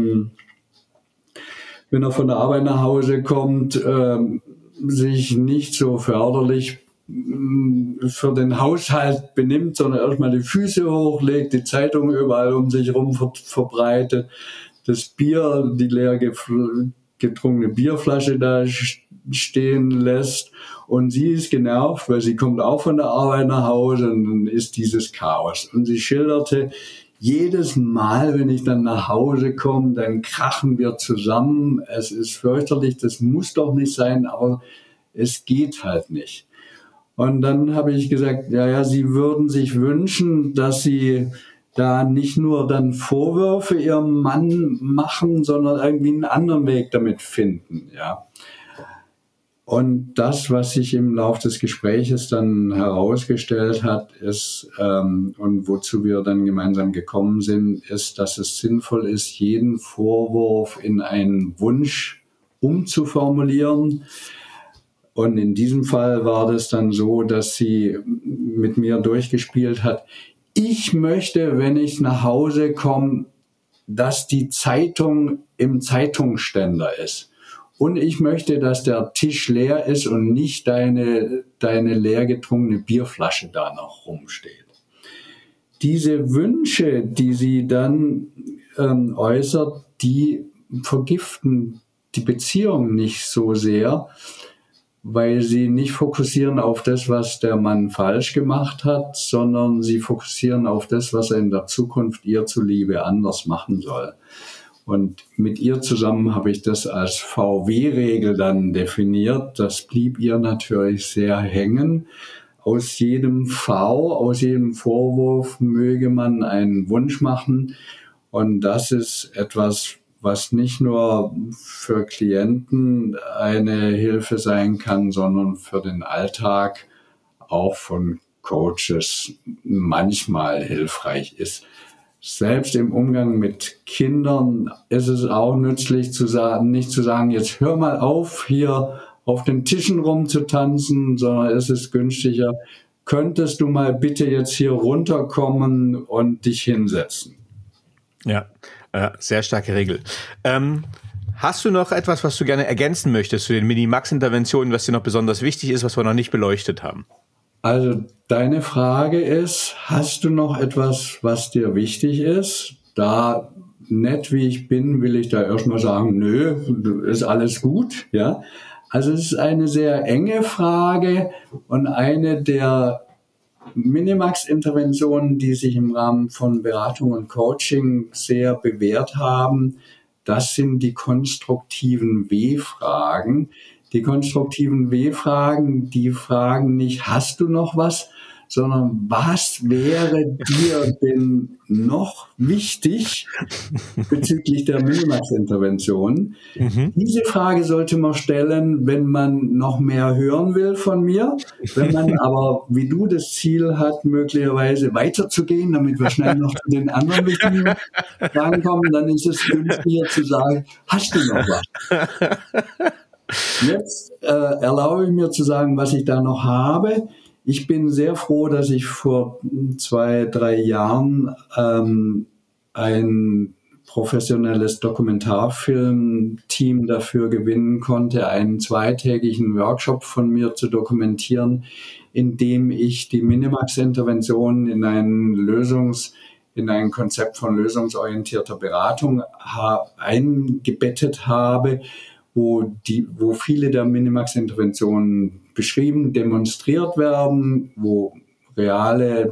wenn er von der Arbeit nach Hause kommt, sich nicht so förderlich für den Haushalt benimmt, sondern erstmal die Füße hochlegt, die Zeitung überall um sich herum verbreitet, das Bier, die leer getrunkene Bierflasche da stehen lässt und sie ist genervt, weil sie kommt auch von der Arbeit nach Hause und dann ist dieses Chaos. Und sie schilderte, jedes Mal, wenn ich dann nach Hause komme, dann krachen wir zusammen. Es ist fürchterlich, das muss doch nicht sein, aber es geht halt nicht. Und dann habe ich gesagt, ja, Sie würden sich wünschen, dass Sie da nicht nur dann Vorwürfe Ihrem Mann machen, sondern irgendwie einen anderen Weg damit finden, ja. Und das, was sich im Laufe des Gespräches dann herausgestellt hat, ist, und wozu wir dann gemeinsam gekommen sind, ist, dass es sinnvoll ist, jeden Vorwurf in einen Wunsch umzuformulieren. Und in diesem Fall war das dann so, dass sie mit mir durchgespielt hat, ich möchte, wenn ich nach Hause komme, dass die Zeitung im Zeitungsständer ist. Und ich möchte, dass der Tisch leer ist und nicht deine leer getrunkene Bierflasche da noch rumsteht. Diese Wünsche, die sie dann äußert, die vergiften die Beziehung nicht so sehr, weil sie nicht fokussieren auf das, was der Mann falsch gemacht hat, sondern sie fokussieren auf das, was er in der Zukunft ihr zuliebe anders machen soll. Und mit ihr zusammen habe ich das als VW-Regel dann definiert. Das blieb ihr natürlich sehr hängen. Aus jedem aus jedem Vorwurf möge man einen Wunsch machen. Und das ist etwas, was nicht nur für Klienten eine Hilfe sein kann, sondern für den Alltag auch von Coaches manchmal hilfreich ist. Selbst im Umgang mit Kindern ist es auch nützlich zu sagen, nicht zu sagen, jetzt hör mal auf, hier auf den Tischen rumzutanzen, sondern es ist günstiger, könntest du mal bitte jetzt hier runterkommen und dich hinsetzen? Ja, sehr starke Regel. Hast du noch etwas, was du gerne ergänzen möchtest zu den Minimax-Interventionen, was dir noch besonders wichtig ist, was wir noch nicht beleuchtet haben? Also deine Frage ist, hast du noch etwas, was dir wichtig ist? Da nett wie ich bin, will ich da erstmal sagen, nö, ist alles gut, ja. Also es ist eine sehr enge Frage und eine der Minimax-Interventionen, die sich im Rahmen von Beratung und Coaching sehr bewährt haben, das sind die konstruktiven W-Fragen. Die konstruktiven W-Fragen, die fragen nicht, hast du noch was, sondern was wäre dir denn noch wichtig bezüglich der Minimax-Intervention? Diese Frage sollte man stellen, wenn man noch mehr hören will von mir. Wenn man aber, wie du, das Ziel hat, möglicherweise weiterzugehen, damit wir schnell noch zu den anderen wichtigen Fragen kommen, dann ist es günstiger zu sagen, hast du noch was? Jetzt erlaube ich mir zu sagen, was ich da noch habe. Ich bin sehr froh, dass ich vor 2-3 Jahren ein professionelles Dokumentarfilmteam dafür gewinnen konnte, einen 2-tägigen Workshop von mir zu dokumentieren, in dem ich die Minimax-Intervention in ein Konzept von lösungsorientierter Beratung eingebettet habe, wo viele der Minimax-Interventionen beschrieben, demonstriert werden, wo reale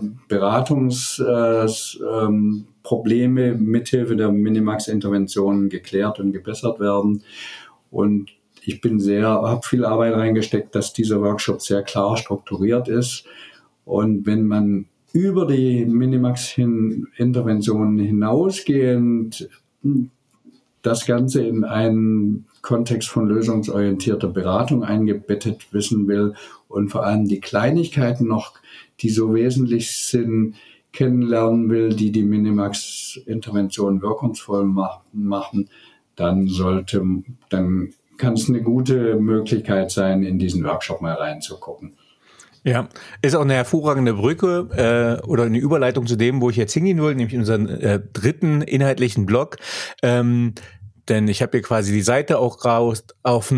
Beratungsprobleme mithilfe der Minimax-Interventionen geklärt und gebessert werden. Und ich habe viel Arbeit reingesteckt, dass dieser Workshop sehr klar strukturiert ist. Und wenn man über die Minimax-Interventionen hinausgehend das Ganze in einen Kontext von lösungsorientierter Beratung eingebettet wissen will und vor allem die Kleinigkeiten noch, die so wesentlich sind, kennenlernen will, die Minimax-Intervention wirkungsvoll machen, dann kann es eine gute Möglichkeit sein, in diesen Workshop mal reinzugucken. Ja, ist auch eine hervorragende Brücke oder eine Überleitung zu dem, wo ich jetzt hingehen will, nämlich unseren dritten inhaltlichen Blog. Denn ich habe hier quasi die Seite auch raus auf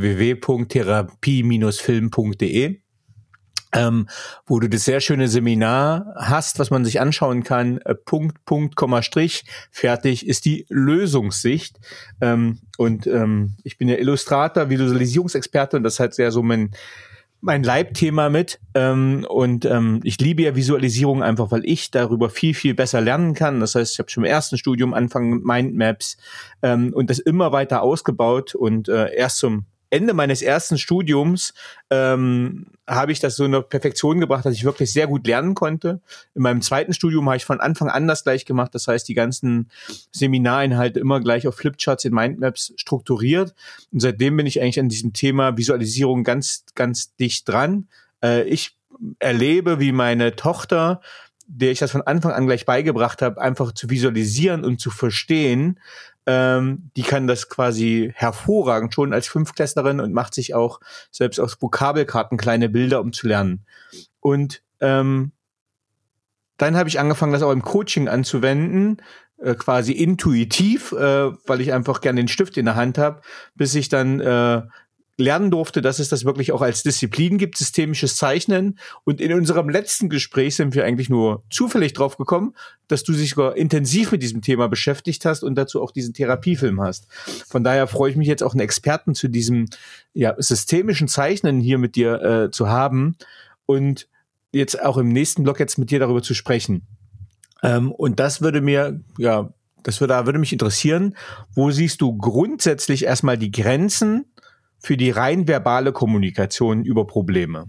www.therapie-film.de, wo du das sehr schöne Seminar hast, was man sich anschauen kann. Punkt, Komma, Strich, fertig ist die Lösungssicht. Ich bin ja Illustrator, Visualisierungsexperte und das hat sehr so mein Leibthema mit ich liebe ja Visualisierung einfach, weil ich darüber viel, viel besser lernen kann. Das heißt, ich habe schon im ersten Studium angefangen mit Mindmaps und das immer weiter ausgebaut und erst zum Ende meines ersten Studiums habe ich das so in eine Perfektion gebracht, dass ich wirklich sehr gut lernen konnte. In meinem zweiten Studium habe ich von Anfang an das gleich gemacht. Das heißt, die ganzen Seminarinhalte immer gleich auf Flipcharts in Mindmaps strukturiert. Und seitdem bin ich eigentlich an diesem Thema Visualisierung ganz, ganz dicht dran. Ich erlebe, wie meine Tochter, der ich das von Anfang an gleich beigebracht habe, einfach zu visualisieren und zu verstehen, die kann das quasi hervorragend schon als Fünftklässlerin und macht sich auch selbst aus Vokabelkarten kleine Bilder, um zu lernen. Und dann habe ich angefangen, das auch im Coaching anzuwenden, quasi intuitiv, weil ich einfach gerne den Stift in der Hand habe, bis ich dann lernen durfte, dass es das wirklich auch als Disziplin gibt, systemisches Zeichnen. Und in unserem letzten Gespräch sind wir eigentlich nur zufällig drauf gekommen, dass du dich sogar intensiv mit diesem Thema beschäftigt hast und dazu auch diesen Therapiefilm hast. Von daher freue ich mich jetzt auch einen Experten zu diesem systemischen Zeichnen hier mit dir zu haben und jetzt auch im nächsten Blog jetzt mit dir darüber zu sprechen. Und das würde mich interessieren. Wo siehst du grundsätzlich erstmal die Grenzen für die rein verbale Kommunikation über Probleme?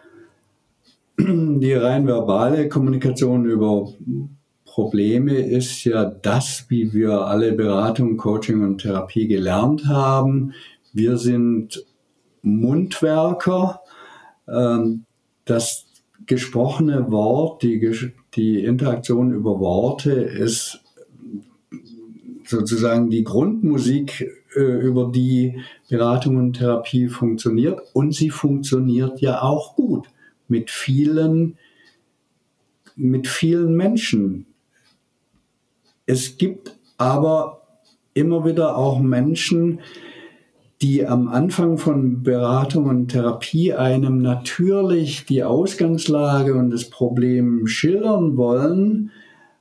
Die rein verbale Kommunikation über Probleme ist ja das, wie wir alle Beratung, Coaching und Therapie gelernt haben. Wir sind Mundwerker. Das gesprochene Wort, die Interaktion über Worte ist sozusagen die Grundmusik, über die Beratung und Therapie funktioniert. Und sie funktioniert ja auch gut mit vielen Menschen. Es gibt aber immer wieder auch Menschen, die am Anfang von Beratung und Therapie einem natürlich die Ausgangslage und das Problem schildern wollen,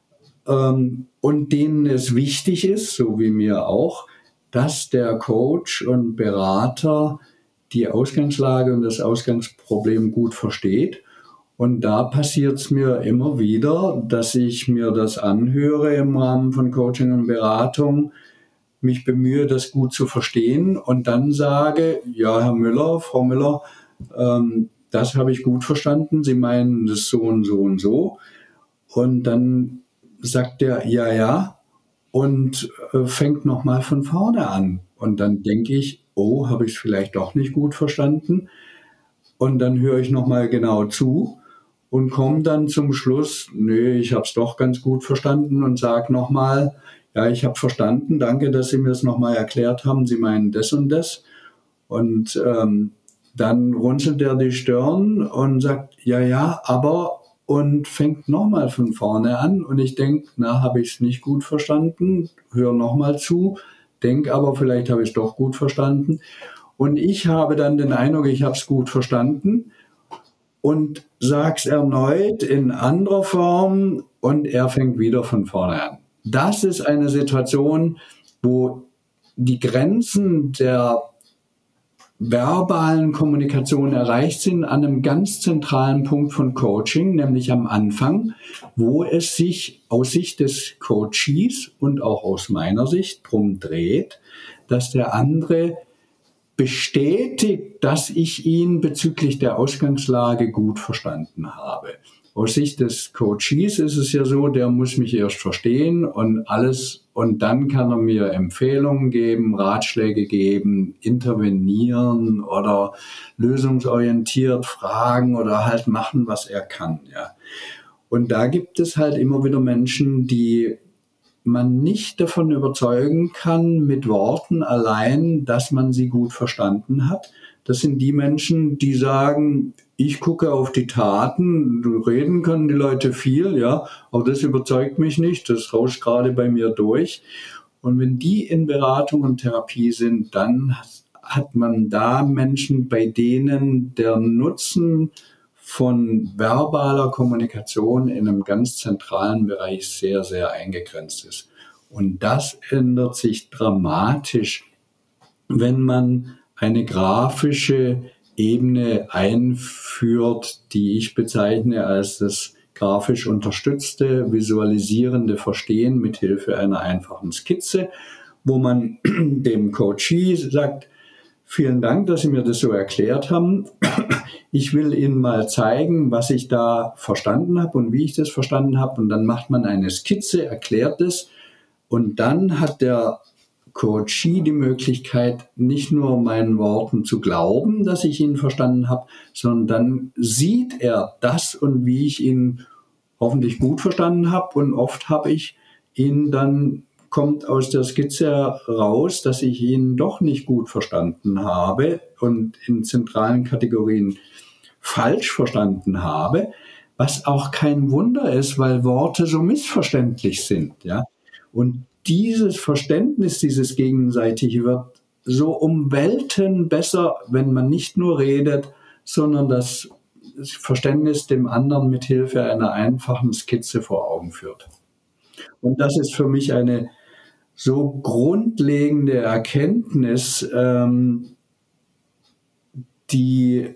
und denen es wichtig ist, so wie mir auch, dass der Coach und Berater die Ausgangslage und das Ausgangsproblem gut versteht. Und da passiert es mir immer wieder, dass ich mir das anhöre im Rahmen von Coaching und Beratung, mich bemühe, das gut zu verstehen und dann sage, ja, Herr Müller, Frau Müller, das habe ich gut verstanden, Sie meinen das so und so und so. Und dann sagt er, ja, und fängt nochmal von vorne an. Und dann denke ich, oh, habe ich es vielleicht doch nicht gut verstanden. Und dann höre ich nochmal genau zu und komme dann zum Schluss, nö, ich habe es doch ganz gut verstanden und sage nochmal, ja, ich habe verstanden, danke, dass Sie mir das nochmal erklärt haben, Sie meinen das und das. Und dann runzelt er die Stirn und sagt, ja, aber, und fängt nochmal von vorne an. Und ich denke, habe ich es nicht gut verstanden, höre nochmal zu, denke aber, vielleicht habe ich es doch gut verstanden. Und ich habe dann den Eindruck, ich habe es gut verstanden und sage es erneut in anderer Form und er fängt wieder von vorne an. Das ist eine Situation, wo die Grenzen der verbalen Kommunikation erreicht sind an einem ganz zentralen Punkt von Coaching, nämlich am Anfang, wo es sich aus Sicht des Coaches und auch aus meiner Sicht drum dreht, dass der andere bestätigt, dass ich ihn bezüglich der Ausgangslage gut verstanden habe. Aus Sicht des Coaches ist es ja so, der muss mich erst verstehen und alles, und dann kann er mir Empfehlungen geben, Ratschläge geben, intervenieren oder lösungsorientiert fragen oder halt machen, was er kann. Ja. Und da gibt es halt immer wieder Menschen, die man nicht davon überzeugen kann mit Worten allein, dass man sie gut verstanden hat. Das sind die Menschen, die sagen, ich gucke auf die Taten, reden können die Leute viel, ja, aber das überzeugt mich nicht, das rauscht gerade bei mir durch. Und wenn die in Beratung und Therapie sind, dann hat man da Menschen, bei denen der Nutzen von verbaler Kommunikation in einem ganz zentralen Bereich sehr, sehr eingegrenzt ist. Und das ändert sich dramatisch, wenn man eine grafische Ebene einführt, die ich bezeichne als das grafisch unterstützte, visualisierende Verstehen mit Hilfe einer einfachen Skizze, wo man dem Coachee sagt, vielen Dank, dass Sie mir das so erklärt haben. Ich will Ihnen mal zeigen, was ich da verstanden habe und wie ich das verstanden habe. Und dann macht man eine Skizze, erklärt es. Und dann hat der Coachee die Möglichkeit, nicht nur meinen Worten zu glauben, dass ich ihn verstanden habe, sondern dann sieht er das und wie ich ihn hoffentlich gut verstanden habe. Und oft habe ich ihn dann, kommt aus der Skizze raus, dass ich ihn doch nicht gut verstanden habe und in zentralen Kategorien falsch verstanden habe, was auch kein Wunder ist, weil Worte so missverständlich sind, ja. Und dieses Verständnis, dieses Gegenseitige wird so um Welten besser, wenn man nicht nur redet, sondern das Verständnis dem anderen mit Hilfe einer einfachen Skizze vor Augen führt. Und das ist für mich eine so grundlegende Erkenntnis, die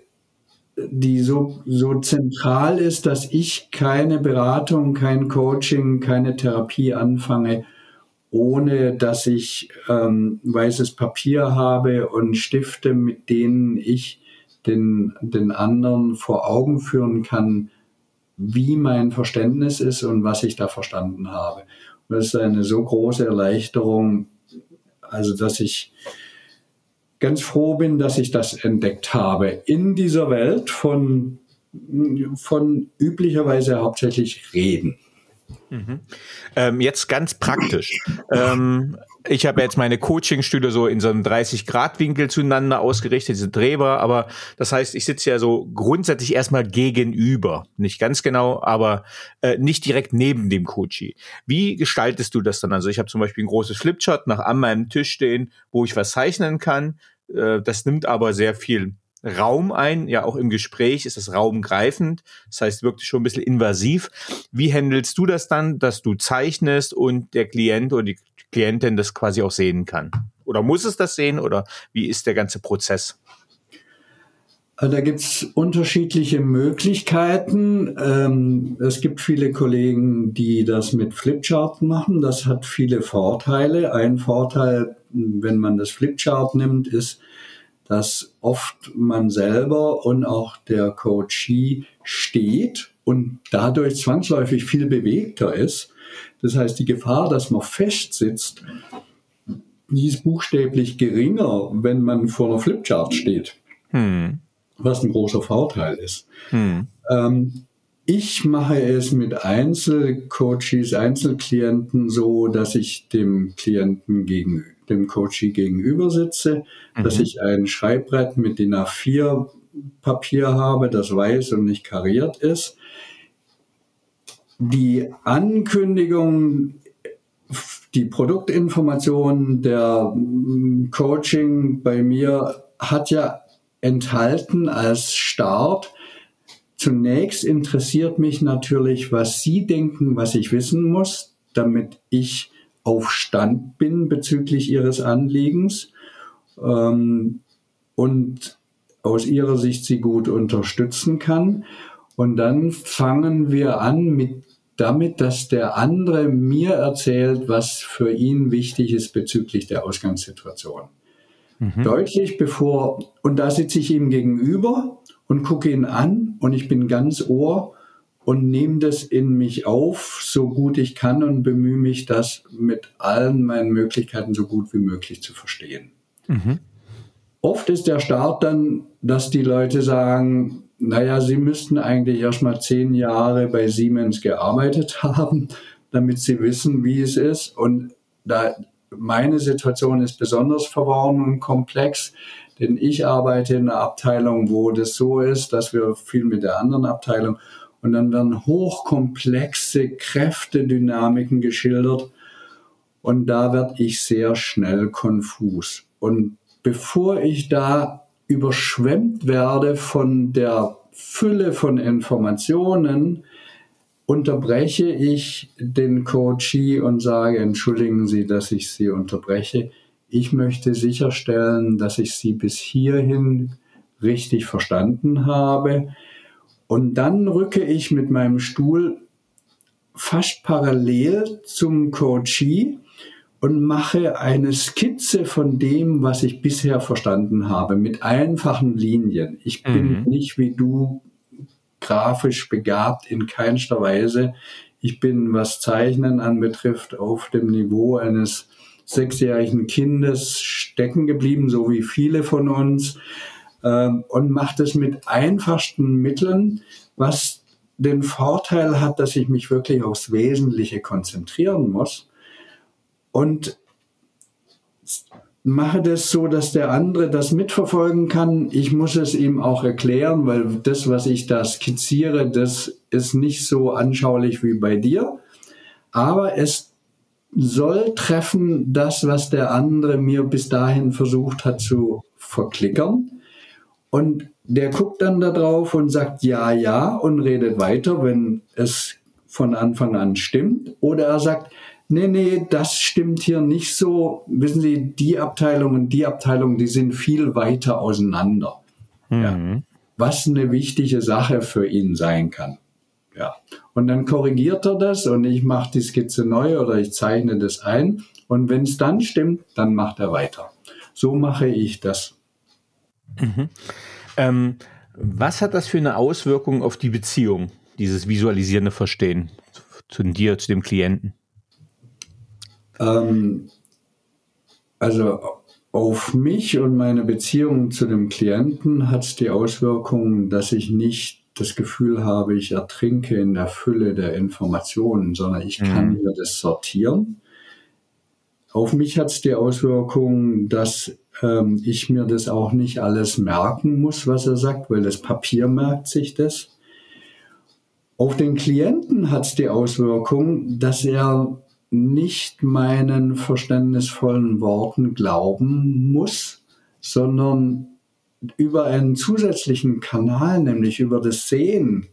so zentral ist, dass ich keine Beratung, kein Coaching, keine Therapie anfange, ohne dass ich weißes Papier habe und Stifte, mit denen ich den anderen vor Augen führen kann, wie mein Verständnis ist und was ich da verstanden habe. Und das ist eine so große Erleichterung, also dass ich ganz froh bin, dass ich das entdeckt habe in dieser Welt von üblicherweise hauptsächlich Reden. Jetzt ganz praktisch. Ich habe jetzt meine Coachingstühle so in so einem 30-Grad-Winkel zueinander ausgerichtet, diese drehbar, aber das heißt, ich sitze ja so grundsätzlich erstmal gegenüber. Nicht ganz genau, aber nicht direkt neben dem Coachee. Wie gestaltest du das dann? Also ich habe zum Beispiel ein großes Flipchart an meinem Tisch stehen, wo ich was zeichnen kann. Das nimmt aber sehr viel Raum ein, ja auch im Gespräch ist das raumgreifend, das heißt wirklich schon ein bisschen invasiv. Wie handelst du das dann, dass du zeichnest und der Klient oder die Klientin das quasi auch sehen kann? Oder muss es das sehen oder wie ist der ganze Prozess? Da gibt es unterschiedliche Möglichkeiten. Es gibt viele Kollegen, die das mit Flipchart machen. Das hat viele Vorteile. Ein Vorteil, wenn man das Flipchart nimmt, ist, dass oft man selber und auch der Coachee steht und dadurch zwangsläufig viel bewegter ist. Das heißt, die Gefahr, dass man festsitzt, die ist buchstäblich geringer, wenn man vor einer Flipchart steht, was ein großer Vorteil ist. Ich mache es mit Einzelcoaches, Einzelklienten so, dass ich dem Coachee gegenüber sitze, dass ich ein Schreibbrett mit DIN A4 Papier habe, das weiß und nicht kariert ist. Die Ankündigung, die Produktinformation der Coaching bei mir hat ja enthalten als Start: Zunächst interessiert mich natürlich, was Sie denken, was ich wissen muss, damit ich auf Stand bin bezüglich Ihres Anliegens und aus Ihrer Sicht Sie gut unterstützen kann. Und dann fangen wir an damit, dass der andere mir erzählt, was für ihn wichtig ist bezüglich der Ausgangssituation. Deutlich bevor, und da sitze ich ihm gegenüber und gucke ihn an und ich bin ganz Ohr und nehme das in mich auf, so gut ich kann und bemühe mich, das mit allen meinen Möglichkeiten so gut wie möglich zu verstehen. Oft ist der Start dann, dass die Leute sagen, naja, sie müssten eigentlich erst mal 10 Jahre bei Siemens gearbeitet haben, damit sie wissen, wie es ist. Und meine Situation ist besonders verworren und komplex, denn ich arbeite in einer Abteilung, wo das so ist, dass wir viel mit der anderen Abteilung und dann werden hochkomplexe Kräftedynamiken geschildert und da werde ich sehr schnell konfus. Und bevor ich da überschwemmt werde von der Fülle von Informationen, unterbreche ich den Coachee und sage, entschuldigen Sie, dass ich Sie unterbreche. Ich möchte sicherstellen, dass ich Sie bis hierhin richtig verstanden habe. Und dann rücke ich mit meinem Stuhl fast parallel zum Coachee und mache eine Skizze von dem, was ich bisher verstanden habe, mit einfachen Linien. Ich bin nicht wie du grafisch begabt in keinster Weise. Ich bin, was Zeichnen anbetrifft, auf dem Niveau eines 6-jährigen Kindes stecken geblieben, so wie viele von uns, und mache das mit einfachsten Mitteln, was den Vorteil hat, dass ich mich wirklich aufs Wesentliche konzentrieren muss und mache das so, dass der andere das mitverfolgen kann. Ich muss es ihm auch erklären, weil das, was ich da skizziere, das ist nicht so anschaulich wie bei dir, aber es soll treffen das, was der andere mir bis dahin versucht hat zu verklickern. Und der guckt dann da drauf und sagt ja und redet weiter, wenn es von Anfang an stimmt. Oder er sagt, nee, das stimmt hier nicht so. Wissen Sie, die Abteilung und die Abteilung, die sind viel weiter auseinander. Ja. Was eine wichtige Sache für ihn sein kann. Ja. Und dann korrigiert er das und ich mache die Skizze neu oder ich zeichne das ein. Und wenn es dann stimmt, dann macht er weiter. So mache ich das. Was hat das für eine Auswirkung auf die Beziehung, dieses visualisierende Verstehen zu dir, zu dem Klienten? Also auf mich und meine Beziehung zu dem Klienten hat es die Auswirkung, dass ich nicht das Gefühl habe, ich ertrinke in der Fülle der Informationen, sondern ich kann hier das sortieren. Auf mich hat es die Auswirkung, dass ich mir das auch nicht alles merken muss, was er sagt, weil das Papier merkt sich das. Auf den Klienten hat es die Auswirkung, dass er nicht meinen verständnisvollen Worten glauben muss, sondern über einen zusätzlichen Kanal, nämlich über das Sehen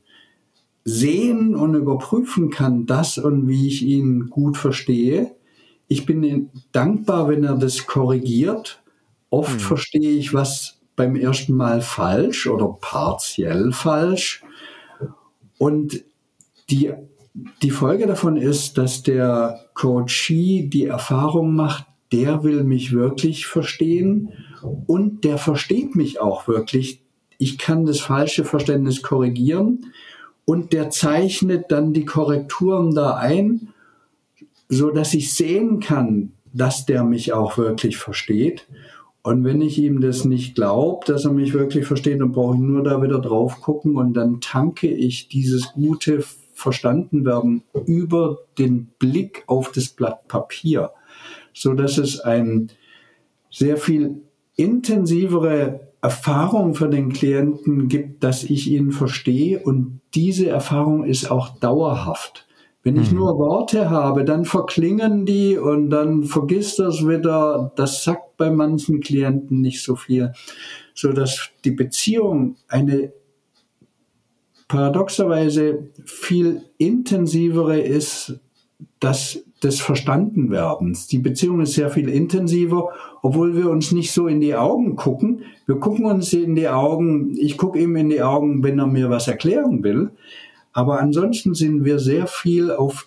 und überprüfen kann, das und wie ich ihn gut verstehe. Ich bin dankbar, wenn er das korrigiert. Oft verstehe ich was beim ersten Mal falsch oder partiell falsch. Und die Folge davon ist, dass der Coachee die Erfahrung macht, der will mich wirklich verstehen und der versteht mich auch wirklich. Ich kann das falsche Verständnis korrigieren und der zeichnet dann die Korrekturen da ein, so dass ich sehen kann, dass der mich auch wirklich versteht. Und wenn ich ihm das nicht glaube, dass er mich wirklich versteht, dann brauche ich nur da wieder drauf gucken und dann tanke ich dieses gute Verstandenwerden über den Blick auf das Blatt Papier, so dass es eine sehr viel intensivere Erfahrung für den Klienten gibt, dass ich ihn verstehe und diese Erfahrung ist auch dauerhaft. Wenn ich nur Worte habe, dann verklingen die und dann vergisst das wieder. Das sagt bei manchen Klienten nicht so viel, so dass die Beziehung eine paradoxerweise viel intensivere ist, des Verstandenwerdens. Die Beziehung ist sehr viel intensiver, obwohl wir uns nicht so in die Augen gucken. Wir gucken uns in die Augen, ich gucke ihm in die Augen, wenn er mir was erklären will. Aber ansonsten sind wir sehr viel auf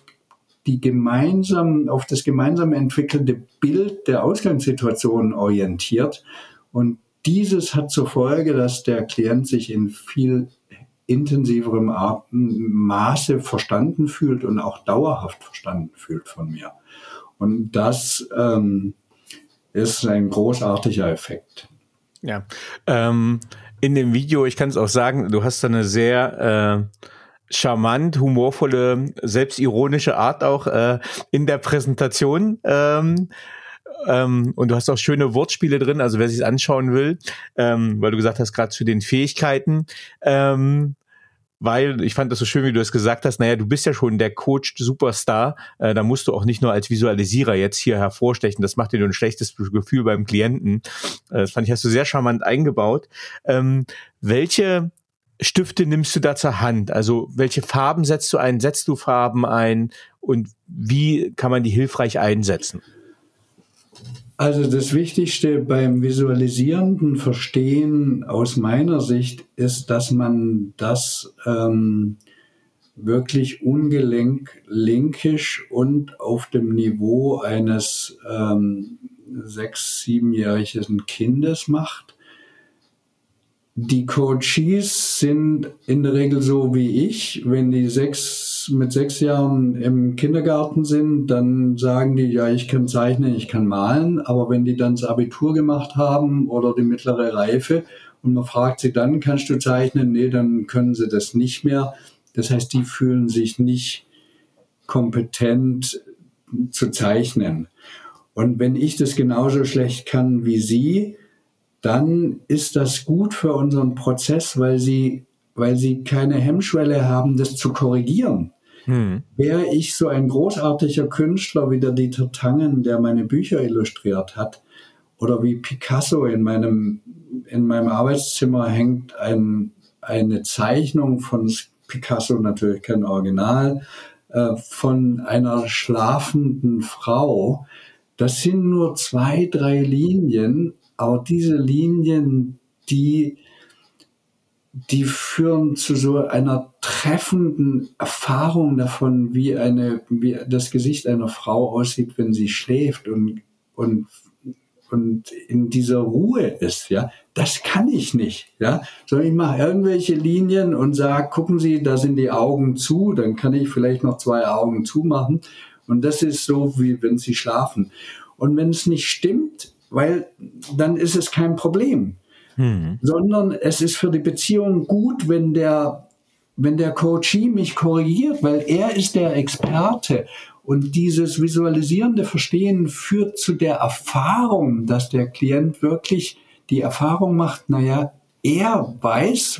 das gemeinsam entwickelte Bild der Ausgangssituation orientiert. Und dieses hat zur Folge, dass der Klient sich in viel intensiverem Maße verstanden fühlt und auch dauerhaft verstanden fühlt von mir. Und das ist ein großartiger Effekt. Ja, in dem Video, ich kann es auch sagen, du hast da eine sehr charmant, humorvolle, selbstironische Art auch in der Präsentation. Und du hast auch schöne Wortspiele drin, also wer sich es anschauen will, weil du gesagt hast, gerade zu den Fähigkeiten, weil ich fand das so schön, wie du es gesagt hast, naja, du bist ja schon der Coach-Superstar, da musst du auch nicht nur als Visualisierer jetzt hier hervorstechen, das macht dir nur ein schlechtes Gefühl beim Klienten. Das fand ich, hast du sehr charmant eingebaut. Welche Stifte nimmst du da zur Hand? Also welche Farben setzt du ein? Setzt du Farben ein? Und wie kann man die hilfreich einsetzen? Also das Wichtigste beim visualisierenden Verstehen aus meiner Sicht ist, dass man das wirklich ungelenk-linkisch und auf dem Niveau eines 6-7-jährigen Kindes macht. Die Coaches sind in der Regel so wie ich. Wenn die mit 6 Jahren im Kindergarten sind, dann sagen die, ja, ich kann zeichnen, ich kann malen. Aber wenn die dann das Abitur gemacht haben oder die mittlere Reife und man fragt sie dann, kannst du zeichnen? Nee, dann können sie das nicht mehr. Das heißt, die fühlen sich nicht kompetent zu zeichnen. Und wenn ich das genauso schlecht kann wie sie, dann ist das gut für unseren Prozess, weil sie keine Hemmschwelle haben, das zu korrigieren. Wäre ich so ein großartiger Künstler wie der Dieter Tangen, der meine Bücher illustriert hat, oder wie Picasso in meinem Arbeitszimmer hängt eine Zeichnung von Picasso, natürlich kein Original, von einer schlafenden Frau. Das sind nur 2, 3 Linien, aber diese Linien, die führen zu so einer treffenden Erfahrung davon, wie das Gesicht einer Frau aussieht, wenn sie schläft und in dieser Ruhe ist. Ja, das kann ich nicht. Ja, sondern ich mache irgendwelche Linien und sage, gucken Sie, da sind die Augen zu, dann kann ich vielleicht noch 2 Augen zumachen. Und das ist so, wie wenn Sie schlafen. Und wenn es nicht stimmt, weil dann ist es kein Problem, sondern es ist für die Beziehung gut, wenn der wenn der Coachee mich korrigiert, weil er ist der Experte und dieses visualisierende Verstehen führt zu der Erfahrung, dass der Klient wirklich die Erfahrung macht, naja, er weiß,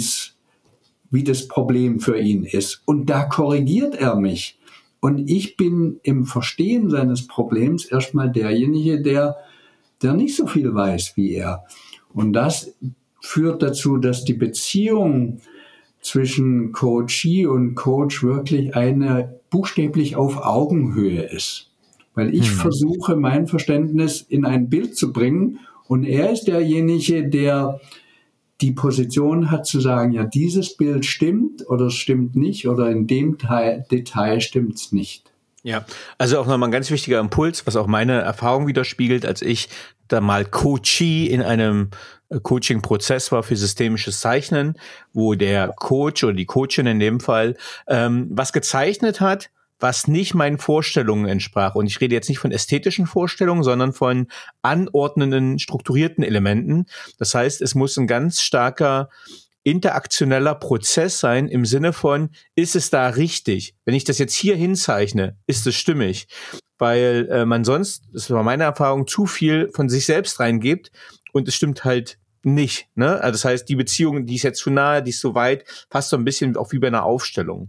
wie das Problem für ihn ist und da korrigiert er mich. Und ich bin im Verstehen seines Problems erstmal derjenige, der nicht so viel weiß wie er. Und das führt dazu, dass die Beziehung zwischen Coachee und Coach wirklich eine buchstäblich auf Augenhöhe ist. Weil ich versuche, mein Verständnis in ein Bild zu bringen und er ist derjenige, der die Position hat zu sagen, ja, dieses Bild stimmt oder es stimmt nicht oder in dem Detail stimmt es nicht. Ja, also auch nochmal ein ganz wichtiger Impuls, was auch meine Erfahrung widerspiegelt, als ich da mal Coachee in einem Coaching-Prozess war für systemisches Zeichnen, wo der Coach oder die Coachin in dem Fall was gezeichnet hat, was nicht meinen Vorstellungen entsprach. Und ich rede jetzt nicht von ästhetischen Vorstellungen, sondern von anordnenden, strukturierten Elementen. Das heißt, es muss ein ganz starker interaktioneller Prozess sein im Sinne von, ist es da richtig? Wenn ich das jetzt hier hinzeichne, ist es stimmig? Weil man sonst, das war meine Erfahrung, zu viel von sich selbst reingibt und es stimmt halt nicht. Ne? Also das heißt, die Beziehung, die ist jetzt zu nahe, die ist so weit, fast so ein bisschen auch wie bei einer Aufstellung.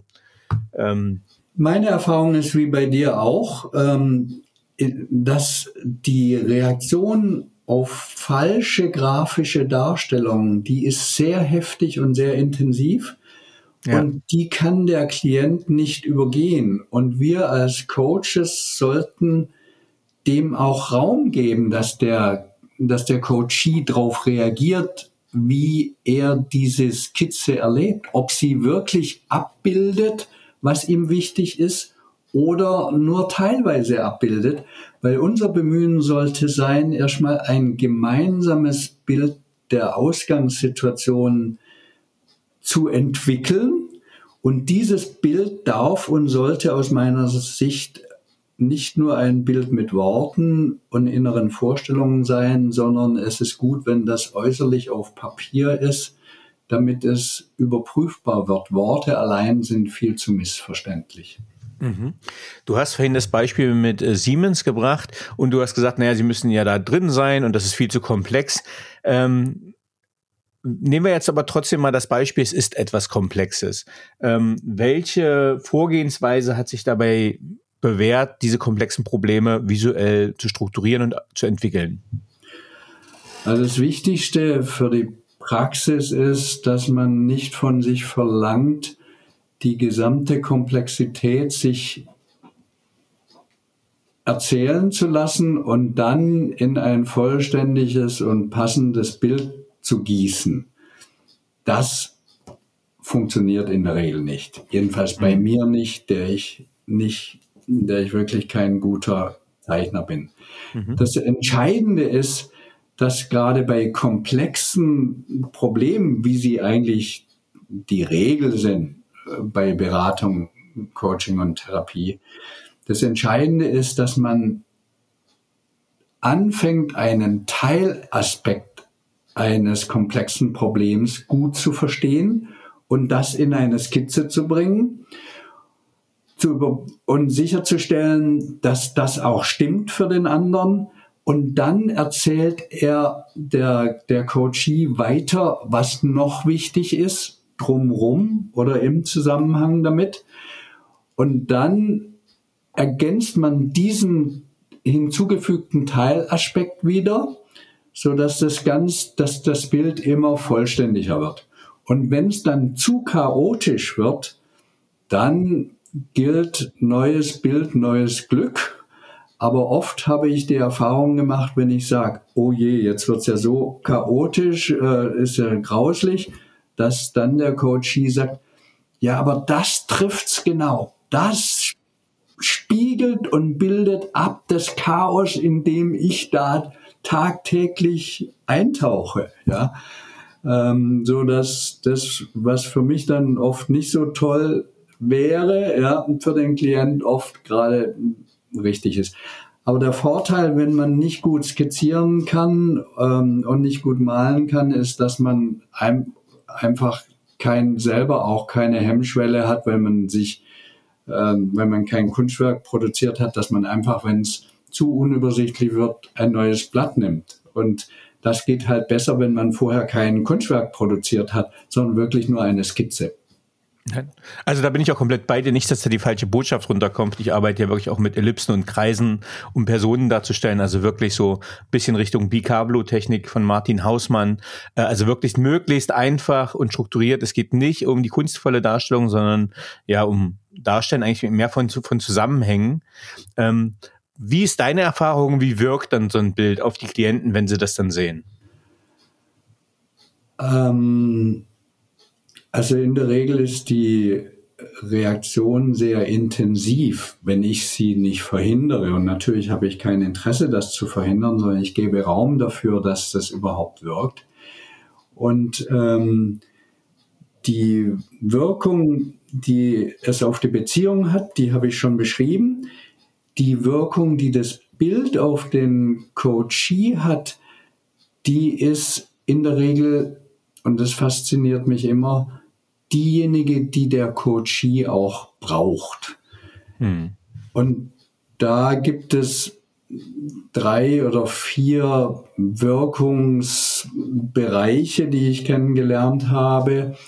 Meine Erfahrung ist wie bei dir auch, dass die Reaktion auf falsche grafische Darstellungen, die ist sehr heftig und sehr intensiv und die kann der Klient nicht übergehen. Und wir als Coaches sollten dem auch Raum geben, dass der Coachee darauf reagiert, wie er diese Skizze erlebt, ob sie wirklich abbildet, was ihm wichtig ist, oder nur teilweise abbildet, weil unser Bemühen sollte sein, erstmal ein gemeinsames Bild der Ausgangssituation zu entwickeln. Und dieses Bild darf und sollte aus meiner Sicht nicht nur ein Bild mit Worten und inneren Vorstellungen sein, sondern es ist gut, wenn das äußerlich auf Papier ist, damit es überprüfbar wird. Worte allein sind viel zu missverständlich. Du hast vorhin das Beispiel mit Siemens gebracht und du hast gesagt, naja, sie müssen ja da drin sein und das ist viel zu komplex. Nehmen wir jetzt aber trotzdem mal das Beispiel, es ist etwas Komplexes. Welche Vorgehensweise hat sich dabei bewährt, diese komplexen Probleme visuell zu strukturieren und zu entwickeln? Also das Wichtigste für die Praxis ist, dass man nicht von sich verlangt, die gesamte Komplexität sich erzählen zu lassen und dann in ein vollständiges und passendes Bild zu gießen. Das funktioniert in der Regel nicht. Jedenfalls bei mir nicht, der ich wirklich kein guter Zeichner bin. Das Entscheidende ist, dass gerade bei komplexen Problemen, wie sie eigentlich die Regel sind, bei Beratung, Coaching und Therapie. Das Entscheidende ist, dass man anfängt, einen Teilaspekt eines komplexen Problems gut zu verstehen und das in eine Skizze zu bringen und sicherzustellen, dass das auch stimmt für den anderen. Und dann erzählt der Coachee weiter, was noch wichtig ist, drumherum oder im Zusammenhang damit. Und dann ergänzt man diesen hinzugefügten Teilaspekt wieder, sodass das Bild immer vollständiger wird. Und wenn es dann zu chaotisch wird, dann gilt neues Bild, neues Glück. Aber oft habe ich die Erfahrung gemacht, wenn ich sage, oh je, jetzt wird's ja so chaotisch, ist ja grauslich, dass dann der Coachee sagt, ja, aber das trifft's genau. Das spiegelt und bildet ab das Chaos, in dem ich da tagtäglich eintauche. Ja, so dass das, was für mich dann oft nicht so toll wäre, ja, für den Klient oft gerade richtig ist. Aber der Vorteil, wenn man nicht gut skizzieren kann und nicht gut malen kann, ist, dass man einfach selber auch keine Hemmschwelle hat, wenn man kein Kunstwerk produziert hat, dass man einfach, wenn es zu unübersichtlich wird, ein neues Blatt nimmt. Und das geht halt besser, wenn man vorher kein Kunstwerk produziert hat, sondern wirklich nur eine Skizze. Also da bin ich auch komplett bei dir, nicht, dass da die falsche Botschaft runterkommt. Ich arbeite ja wirklich auch mit Ellipsen und Kreisen, um Personen darzustellen, also wirklich so ein bisschen Richtung Bicablo-Technik von Martin Hausmann. Also wirklich möglichst einfach und strukturiert. Es geht nicht um die kunstvolle Darstellung, sondern ja um Darstellen eigentlich mehr von Zusammenhängen. Wie ist deine Erfahrung, wie wirkt dann so ein Bild auf die Klienten, wenn sie das dann sehen? Also in der Regel ist die Reaktion sehr intensiv, wenn ich sie nicht verhindere. Und natürlich habe ich kein Interesse, das zu verhindern, sondern ich gebe Raum dafür, dass das überhaupt wirkt. Und die Wirkung, die es auf die Beziehung hat, die habe ich schon beschrieben. Die Wirkung, die das Bild auf den Coachee hat, die ist in der Regel, und das fasziniert mich immer, diejenige, die der Coachee auch braucht. Und da gibt es 3 oder 4 Wirkungsbereiche, die ich kennengelernt habe.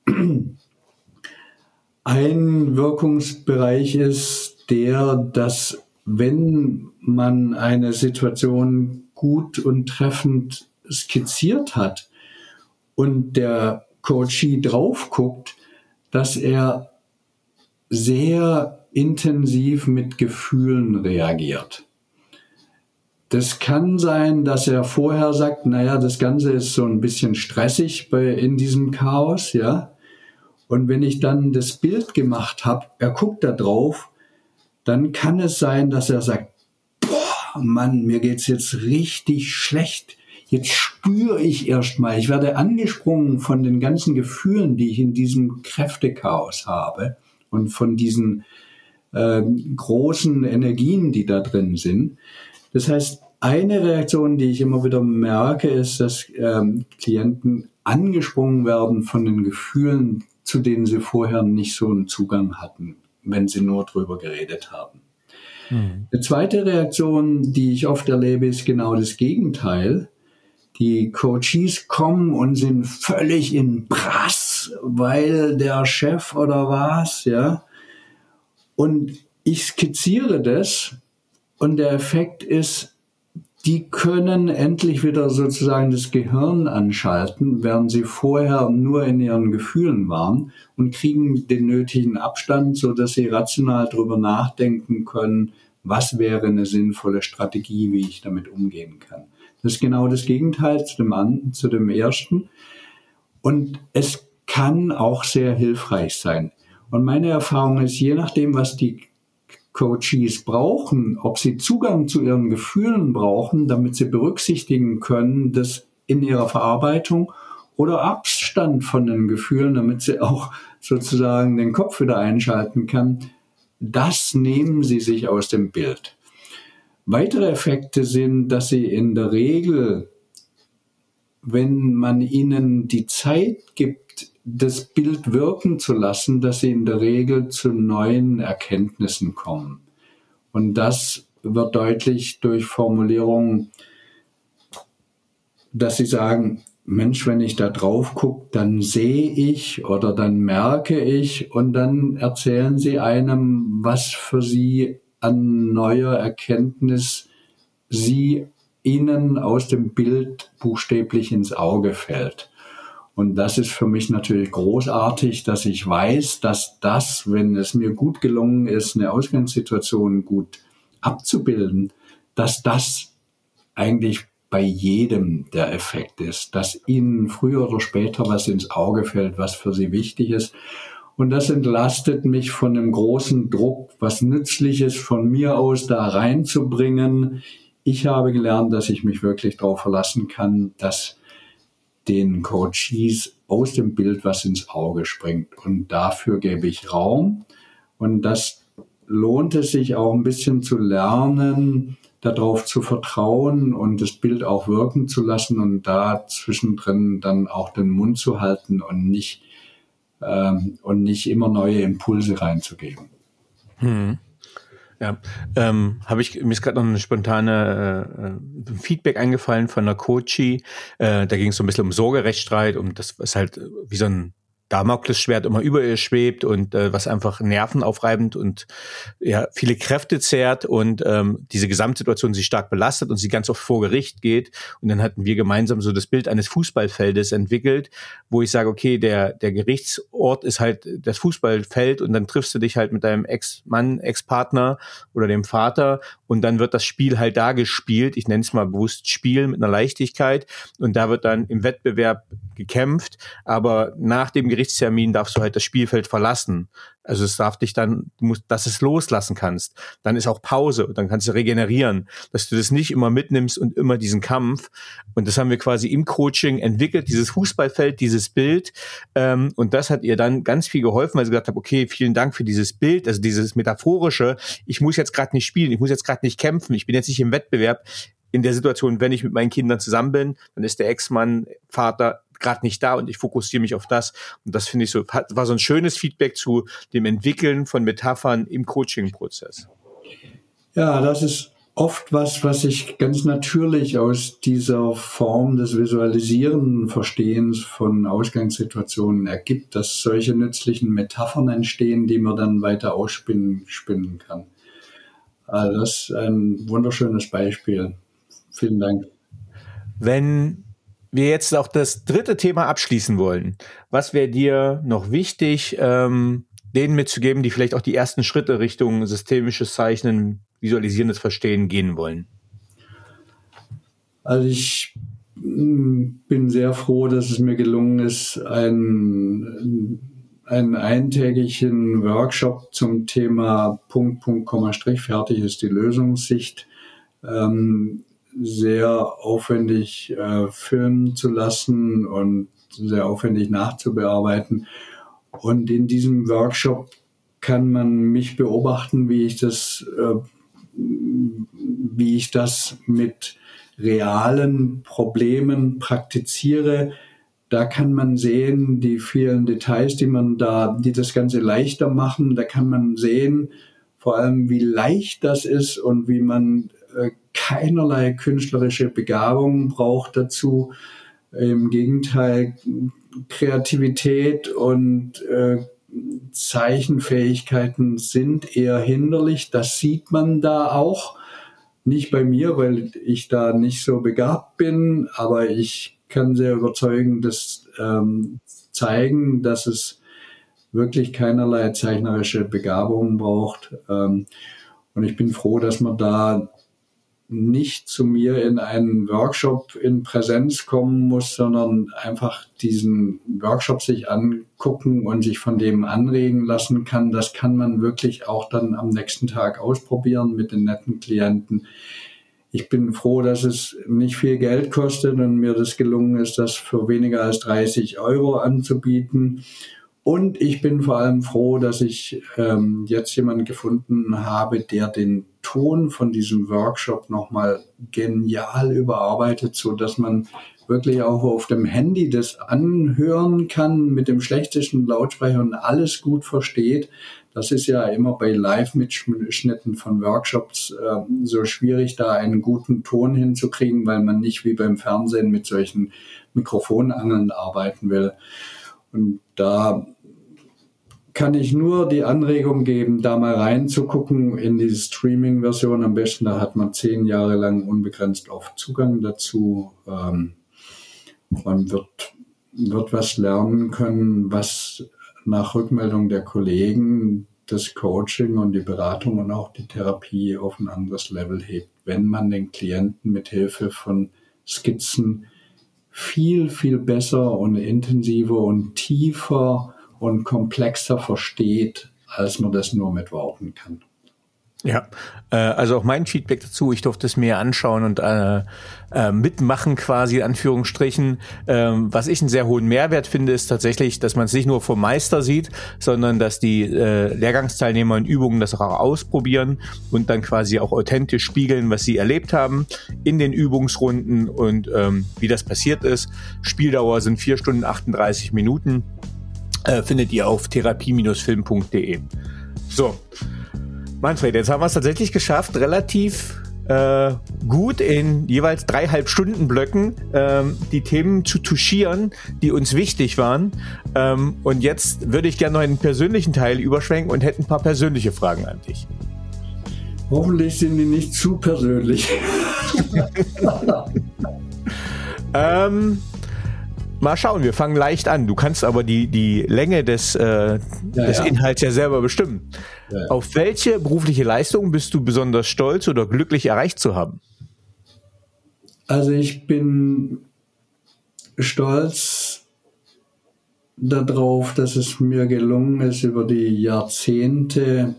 Ein Wirkungsbereich ist der, dass wenn man eine Situation gut und treffend skizziert hat und der Coachee drauf guckt, dass er sehr intensiv mit Gefühlen reagiert. Das kann sein, dass er vorher sagt, naja, das Ganze ist so ein bisschen stressig in diesem Chaos, ja. Und wenn ich dann das Bild gemacht habe, er guckt da drauf, dann kann es sein, dass er sagt, boah, Mann, mir geht's jetzt richtig schlecht. Jetzt spüre ich erstmal, ich werde angesprungen von den ganzen Gefühlen, die ich in diesem Kräftechaos habe und von diesen großen Energien, die da drin sind. Das heißt, eine Reaktion, die ich immer wieder merke, ist, dass Klienten angesprungen werden von den Gefühlen, zu denen sie vorher nicht so einen Zugang hatten, wenn sie nur drüber geredet haben. Eine zweite Reaktion, die ich oft erlebe, ist genau das Gegenteil. Die Coachees kommen und sind völlig in Brass, weil der Chef oder was, ja. Und ich skizziere das und der Effekt ist, die können endlich wieder sozusagen das Gehirn anschalten, während sie vorher nur in ihren Gefühlen waren und kriegen den nötigen Abstand, sodass sie rational darüber nachdenken können, was wäre eine sinnvolle Strategie, wie ich damit umgehen kann. Das ist genau das Gegenteil zu dem ersten. Und es kann auch sehr hilfreich sein. Und meine Erfahrung ist, je nachdem, was die Coachees brauchen, ob sie Zugang zu ihren Gefühlen brauchen, damit sie berücksichtigen können, das in ihrer Verarbeitung, oder Abstand von den Gefühlen, damit sie auch sozusagen den Kopf wieder einschalten kann, das nehmen sie sich aus dem Bild. Weitere Effekte sind, dass sie in der Regel, wenn man ihnen die Zeit gibt, das Bild wirken zu lassen, dass sie in der Regel zu neuen Erkenntnissen kommen. Und das wird deutlich durch Formulierungen, dass sie sagen, Mensch, wenn ich da drauf gucke, dann sehe ich oder dann merke ich, und dann erzählen sie einem, was für sie an neuer Erkenntnis ihnen aus dem Bild buchstäblich ins Auge fällt. Und das ist für mich natürlich großartig, dass ich weiß, dass das, wenn es mir gut gelungen ist, eine Ausgangssituation gut abzubilden, dass das eigentlich bei jedem der Effekt ist, dass ihnen früher oder später was ins Auge fällt, was für sie wichtig ist. Und das entlastet mich von dem großen Druck, was Nützliches von mir aus da reinzubringen. Ich habe gelernt, dass ich mich wirklich darauf verlassen kann, dass den Coachees aus dem Bild was ins Auge springt. Und dafür gebe ich Raum. Und das lohnt es sich auch ein bisschen zu lernen, darauf zu vertrauen und das Bild auch wirken zu lassen und da zwischendrin dann auch den Mund zu halten und nicht und nicht immer neue Impulse reinzugeben. Ja, mir ist gerade noch eine spontane Feedback eingefallen von einer Coachie. Da ging es so ein bisschen um Sorgerechtsstreit, um das, was halt wie so ein Damoklesschwert immer über ihr schwebt und was einfach nervenaufreibend und ja viele Kräfte zehrt und diese Gesamtsituation sie stark belastet und sie ganz oft vor Gericht geht. Und dann hatten wir gemeinsam so das Bild eines Fußballfeldes entwickelt, wo ich sage, okay, der Gerichtsort ist halt das Fußballfeld und dann triffst du dich halt mit deinem Ex-Mann, Ex-Partner oder dem Vater und dann wird das Spiel halt da gespielt. Ich nenne es mal bewusst Spiel mit einer Leichtigkeit und da wird dann im Wettbewerb gekämpft, aber nach dem Gerichtstermin darfst du halt das Spielfeld verlassen. Also es darf dich dann, dass du es loslassen kannst. Dann ist auch Pause und dann kannst du regenerieren, dass du das nicht immer mitnimmst und immer diesen Kampf. Und das haben wir quasi im Coaching entwickelt, dieses Fußballfeld, dieses Bild. Und das hat ihr dann ganz viel geholfen, weil sie gesagt hat, okay, vielen Dank für dieses Bild, also dieses metaphorische. Ich muss jetzt gerade nicht spielen, ich muss jetzt gerade nicht kämpfen, ich bin jetzt nicht im Wettbewerb. In der Situation, wenn ich mit meinen Kindern zusammen bin, dann ist der Ex-Mann, Vater gerade nicht da und ich fokussiere mich auf das. Und das finde ich so, war so ein schönes Feedback zu dem Entwickeln von Metaphern im Coaching-Prozess. Ja, das ist oft was sich ganz natürlich aus dieser Form des Visualisieren, Verstehens von Ausgangssituationen ergibt, dass solche nützlichen Metaphern entstehen, die man dann weiter ausspinnen kann. Also das ist ein wunderschönes Beispiel. Vielen Dank. Wenn wir jetzt auch das dritte Thema abschließen wollen, was wäre dir noch wichtig, denen mitzugeben, die vielleicht auch die ersten Schritte Richtung systemisches Zeichnen, visualisierendes Verstehen gehen wollen? Also ich bin sehr froh, dass es mir gelungen ist, einen eintägigen Workshop zum Thema Punkt, Komma, Strich, fertig ist die Lösungssicht, sehr aufwendig filmen zu lassen und sehr aufwendig nachzubearbeiten. Und in diesem Workshop kann man mich beobachten, wie ich das mit realen Problemen praktiziere. Da kann man sehen, die vielen Details, die das Ganze leichter machen. Da kann man sehen, vor allem, wie leicht das ist und wie man keinerlei künstlerische Begabung braucht dazu. Im Gegenteil, Kreativität und Zeichenfähigkeiten sind eher hinderlich. Das sieht man da auch. Nicht bei mir, weil ich da nicht so begabt bin, aber ich kann sehr überzeugend zeigen, dass es wirklich keinerlei zeichnerische Begabung braucht. Und ich bin froh, dass man da nicht zu mir in einen Workshop in Präsenz kommen muss, sondern einfach diesen Workshop sich angucken und sich von dem anregen lassen kann. Das kann man wirklich auch dann am nächsten Tag ausprobieren mit den netten Klienten. Ich bin froh, dass es nicht viel Geld kostet und mir das gelungen ist, das für weniger als 30 € anzubieten. Und ich bin vor allem froh, dass ich jetzt jemanden gefunden habe, der den Ton von diesem Workshop nochmal genial überarbeitet, so dass man wirklich auch auf dem Handy das anhören kann mit dem schlechtesten Lautsprecher und alles gut versteht. Das ist ja immer bei Live-Mitschnitten von Workshops so schwierig, da einen guten Ton hinzukriegen, weil man nicht wie beim Fernsehen mit solchen Mikrofonangeln arbeiten will. Und da kann ich nur die Anregung geben, da mal reinzugucken in die Streaming-Version. Am besten, da hat man 10 Jahre lang unbegrenzt oft Zugang dazu. Man wird was lernen können, was nach Rückmeldung der Kollegen das Coaching und die Beratung und auch die Therapie auf ein anderes Level hebt, wenn man den Klienten mit Hilfe von Skizzen viel, viel besser und intensiver und tiefer und komplexer versteht, als man das nur mit Worten kann. Ja, also auch mein Feedback dazu, ich durfte es mir anschauen und mitmachen quasi, in Anführungsstrichen. Was ich einen sehr hohen Mehrwert finde, ist tatsächlich, dass man es nicht nur vom Meister sieht, sondern dass die Lehrgangsteilnehmer in Übungen das auch ausprobieren und dann quasi auch authentisch spiegeln, was sie erlebt haben in den Übungsrunden und wie das passiert ist. Spieldauer sind 4 Stunden 38 Minuten. findet ihr auf therapie-film.de. So, Manfred, jetzt haben wir es tatsächlich geschafft, relativ gut in jeweils 3,5 Stunden Blöcken die Themen zu touchieren, die uns wichtig waren. Und jetzt würde ich gerne noch in den persönlichen Teil überschwenken und hätte ein paar persönliche Fragen an dich. Hoffentlich sind die nicht zu persönlich. Mal schauen, wir fangen leicht an. Du kannst aber die Länge des Inhalts ja selber bestimmen. Ja. Auf welche berufliche Leistung bist du besonders stolz oder glücklich erreicht zu haben? Also ich bin stolz darauf, dass es mir gelungen ist, über die Jahrzehnte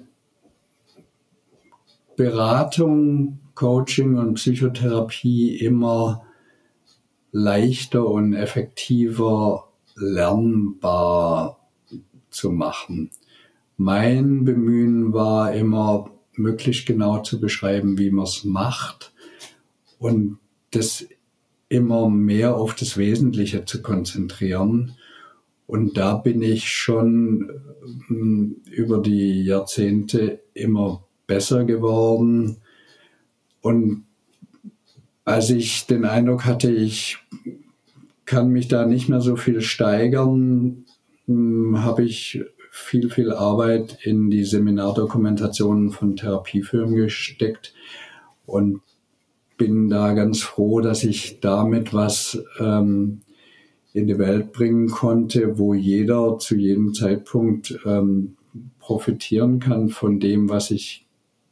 Beratung, Coaching und Psychotherapie immer leichter und effektiver lernbar zu machen. Mein Bemühen war immer, möglichst genau zu beschreiben, wie man es macht und das immer mehr auf das Wesentliche zu konzentrieren. Und da bin ich schon über die Jahrzehnte immer besser geworden. Und als ich den Eindruck hatte, ich kann mich da nicht mehr so viel steigern, habe ich viel Arbeit in die Seminardokumentationen von Therapiefirmen gesteckt und bin da ganz froh, dass ich damit was in die Welt bringen konnte, wo jeder zu jedem Zeitpunkt profitieren kann von dem, was ich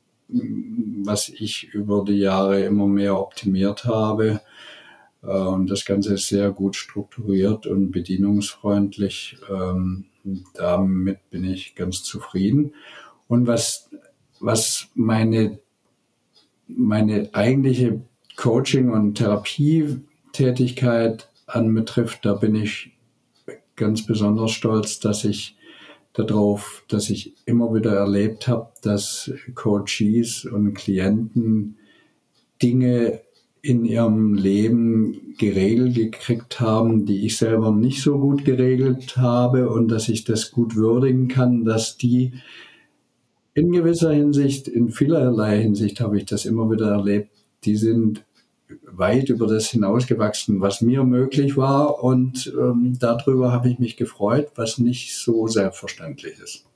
über die Jahre immer mehr optimiert habe. Und das Ganze ist sehr gut strukturiert und bedienungsfreundlich. Damit bin ich ganz zufrieden. Und was meine eigentliche Coaching- und Therapietätigkeit anbetrifft, da bin ich ganz besonders stolz, dass ich immer wieder erlebt habe, dass Coaches und Klienten Dinge in ihrem Leben geregelt gekriegt haben, die ich selber nicht so gut geregelt habe, und dass ich das gut würdigen kann, dass die in gewisser Hinsicht, in vielerlei Hinsicht habe ich das immer wieder erlebt, die sind weit über das hinausgewachsen, was mir möglich war, und darüber habe ich mich gefreut, was nicht so selbstverständlich ist.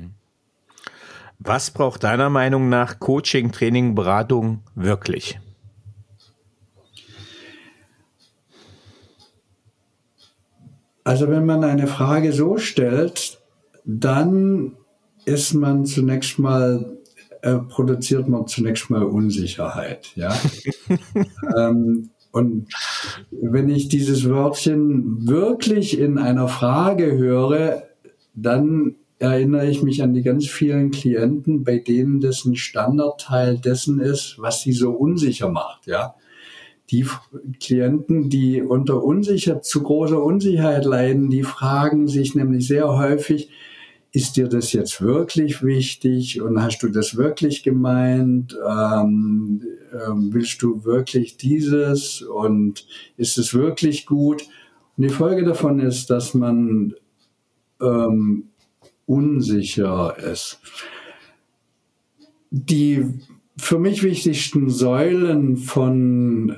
Was braucht deiner Meinung nach Coaching, Training, Beratung wirklich? Also wenn man eine Frage so stellt, dann produziert man zunächst mal Unsicherheit. Ja? Und wenn ich dieses Wörtchen wirklich in einer Frage höre, dann erinnere ich mich an die ganz vielen Klienten, bei denen das ein Standardteil dessen ist, was sie so unsicher macht. Ja? Die Klienten, die unter zu großer Unsicherheit leiden, die fragen sich nämlich sehr häufig, ist dir das jetzt wirklich wichtig und hast du das wirklich gemeint? Willst du wirklich dieses und ist es wirklich gut? Und die Folge davon ist, dass man unsicher ist. Die für mich wichtigsten Säulen von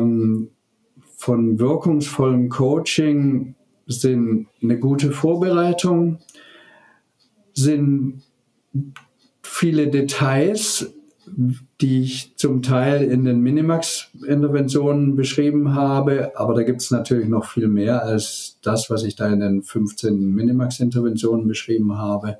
wirkungsvollem Coaching sind eine gute Vorbereitung, sind viele Details, die ich zum Teil in den Minimax-Interventionen beschrieben habe, aber da gibt es natürlich noch viel mehr als das, was ich da in den 15 Minimax-Interventionen beschrieben habe.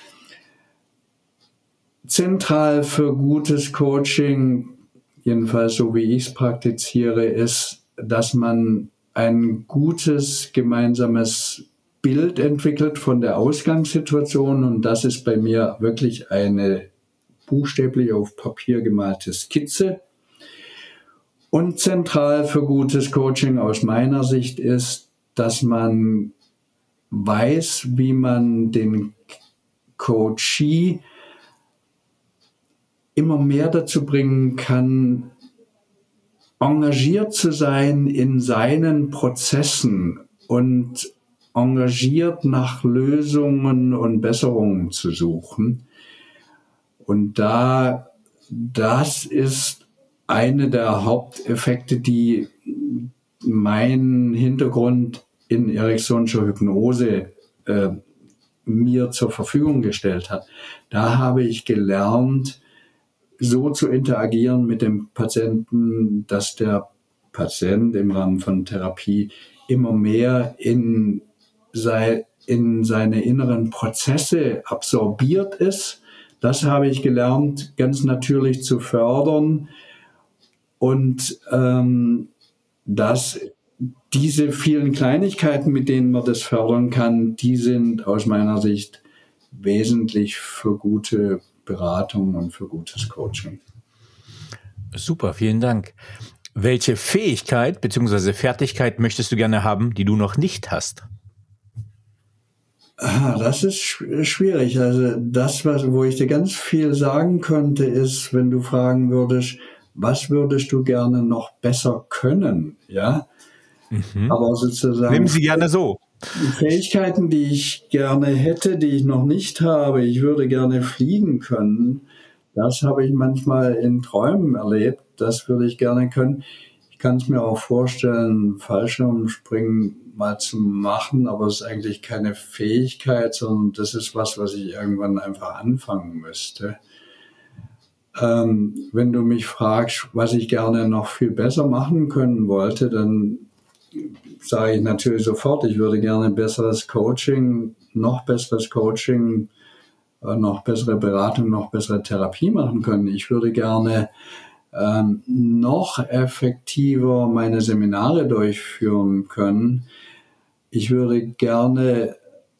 Zentral für gutes Coaching, jedenfalls so wie ich es praktiziere, ist, dass man ein gutes gemeinsames Bild entwickelt von der Ausgangssituation, und das ist bei mir wirklich eine buchstäblich auf Papier gemalte Skizze. Und zentral für gutes Coaching aus meiner Sicht ist, dass man weiß, wie man den Coachee immer mehr dazu bringen kann, engagiert zu sein in seinen Prozessen und engagiert nach Lösungen und Besserungen zu suchen. Und das ist eine der Haupteffekte, die mein Hintergrund in Ericksonischer Hypnose mir zur Verfügung gestellt hat. Da habe ich gelernt, so zu interagieren mit dem Patienten, dass der Patient im Rahmen von Therapie immer mehr in seine inneren Prozesse absorbiert ist. Das habe ich gelernt, ganz natürlich zu fördern und dass diese vielen Kleinigkeiten, mit denen man das fördern kann, die sind aus meiner Sicht wesentlich für gute Beratung und für gutes Coaching. Super, vielen Dank. Welche Fähigkeit bzw. Fertigkeit möchtest du gerne haben, die du noch nicht hast? Das ist schwierig. Also das, wo ich dir ganz viel sagen könnte, ist, wenn du fragen würdest, was würdest du gerne noch besser können? Ja, aber sozusagen. Nehmen Sie gerne so. Fähigkeiten, die ich gerne hätte, die ich noch nicht habe. Ich würde gerne fliegen können. Das habe ich manchmal in Träumen erlebt. Das würde ich gerne können. Ich kann es mir auch vorstellen, Fallschirmspringen mal zu machen, aber es ist eigentlich keine Fähigkeit, sondern das ist was ich irgendwann einfach anfangen müsste. Wenn du mich fragst, was ich gerne noch viel besser machen können wollte, dann sage ich natürlich sofort, ich würde gerne besseres Coaching, noch bessere Beratung, noch bessere Therapie machen können. Ich würde gerne noch effektiver meine Seminare durchführen können. Ich würde gerne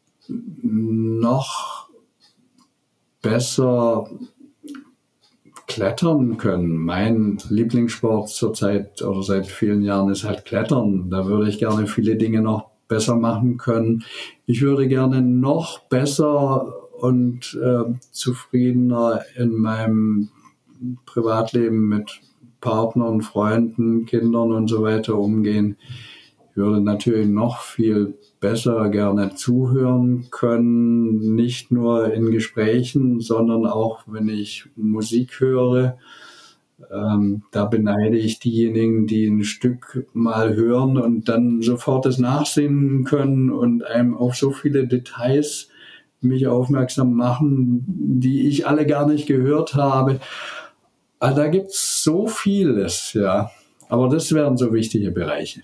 noch besser klettern können. Mein Lieblingssport zurzeit oder seit vielen Jahren ist halt Klettern. Da würde ich gerne viele Dinge noch besser machen können. Ich würde gerne noch besser und zufriedener in meinem Privatleben mit Partnern, Freunden, Kindern und so weiter umgehen. Ich würde natürlich noch viel besser gerne zuhören können, nicht nur in Gesprächen, sondern auch, wenn ich Musik höre. Da beneide ich diejenigen, die ein Stück mal hören und dann sofort das nachsingen können und einem auf so viele Details mich aufmerksam machen, die ich alle gar nicht gehört habe. Also da gibt es so vieles, ja. Aber das wären so wichtige Bereiche.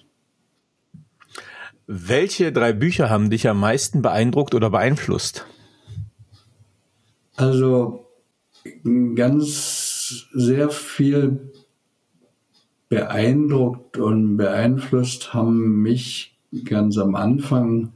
Welche 3 Bücher haben dich am meisten beeindruckt oder beeinflusst? Also ganz sehr viel beeindruckt und beeinflusst haben mich ganz am Anfang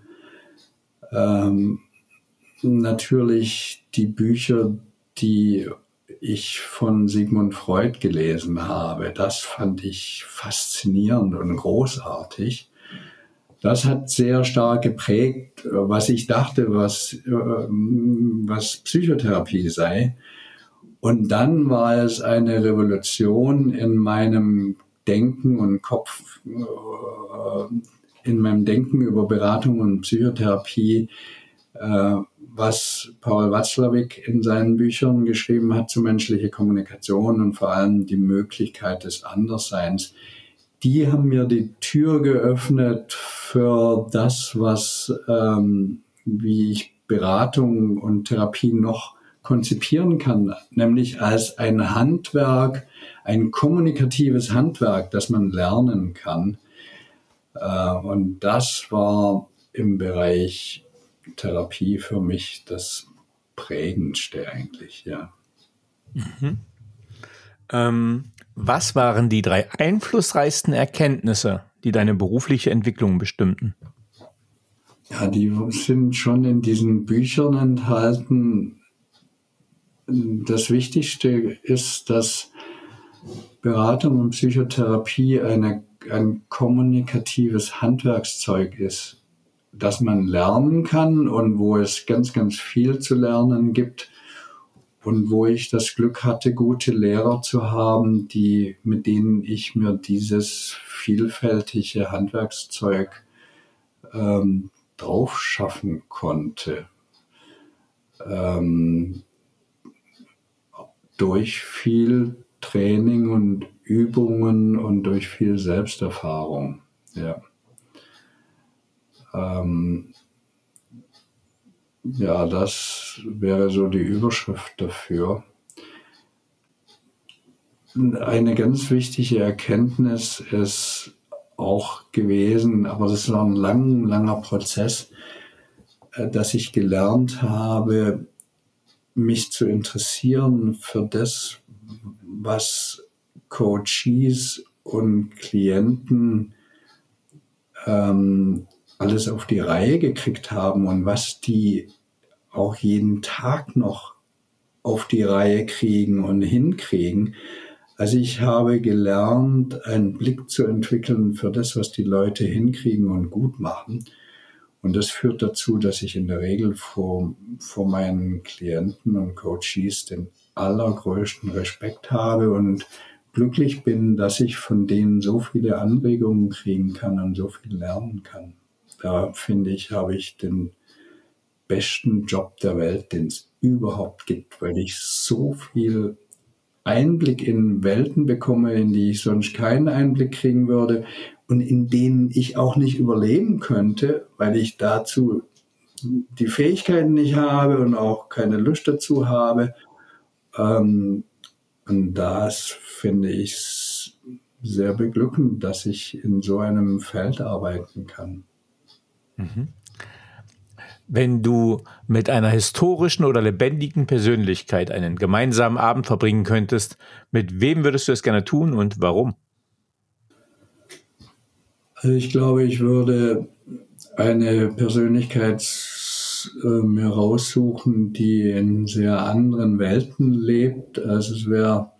natürlich die Bücher, die ich von Sigmund Freud gelesen habe. Das fand ich faszinierend und großartig. Das hat sehr stark geprägt, was ich dachte, was Psychotherapie sei. Und dann war es eine Revolution in meinem Denken und Kopf, in meinem Denken über Beratung und Psychotherapie, was Paul Watzlawick in seinen Büchern geschrieben hat zu menschlicher Kommunikation und vor allem die Möglichkeit des Andersseins. Die haben mir die Tür geöffnet für das, wie ich Beratung und Therapie noch konzipieren kann, nämlich als ein Handwerk, ein kommunikatives Handwerk, das man lernen kann. Und das war im Bereich Therapie für mich das Prägendste eigentlich, ja. Was waren die 3 einflussreichsten Erkenntnisse, die deine berufliche Entwicklung bestimmten? Ja, die sind schon in diesen Büchern enthalten. Das Wichtigste ist, dass Beratung und Psychotherapie ein kommunikatives Handwerkszeug ist, das man lernen kann und wo es ganz, ganz viel zu lernen gibt. Und wo ich das Glück hatte, gute Lehrer zu haben, mit denen ich mir dieses vielfältige Handwerkszeug drauf schaffen konnte. Durch viel Training und Übungen und durch viel Selbsterfahrung. Ja. Ja, das wäre so die Überschrift dafür. Eine ganz wichtige Erkenntnis ist auch gewesen, aber das ist noch ein langer Prozess, dass ich gelernt habe, mich zu interessieren für das, was Coaches und Klienten alles auf die Reihe gekriegt haben und was die auch jeden Tag noch auf die Reihe kriegen und hinkriegen. Also ich habe gelernt, einen Blick zu entwickeln für das, was die Leute hinkriegen und gut machen. Und das führt dazu, dass ich in der Regel vor meinen Klienten und Coaches den allergrößten Respekt habe und glücklich bin, dass ich von denen so viele Anregungen kriegen kann und so viel lernen kann. Da finde ich, habe ich den besten Job der Welt, den es überhaupt gibt, weil ich so viel Einblick in Welten bekomme, in die ich sonst keinen Einblick kriegen würde und in denen ich auch nicht überleben könnte, weil ich dazu die Fähigkeiten nicht habe und auch keine Lust dazu habe. Und das finde ich sehr beglückend, dass ich in so einem Feld arbeiten kann. Mhm. Wenn du mit einer historischen oder lebendigen Persönlichkeit einen gemeinsamen Abend verbringen könntest, mit wem würdest du es gerne tun und warum? Also ich glaube, ich würde eine Persönlichkeit mir raussuchen, die in sehr anderen Welten lebt. Also es wäre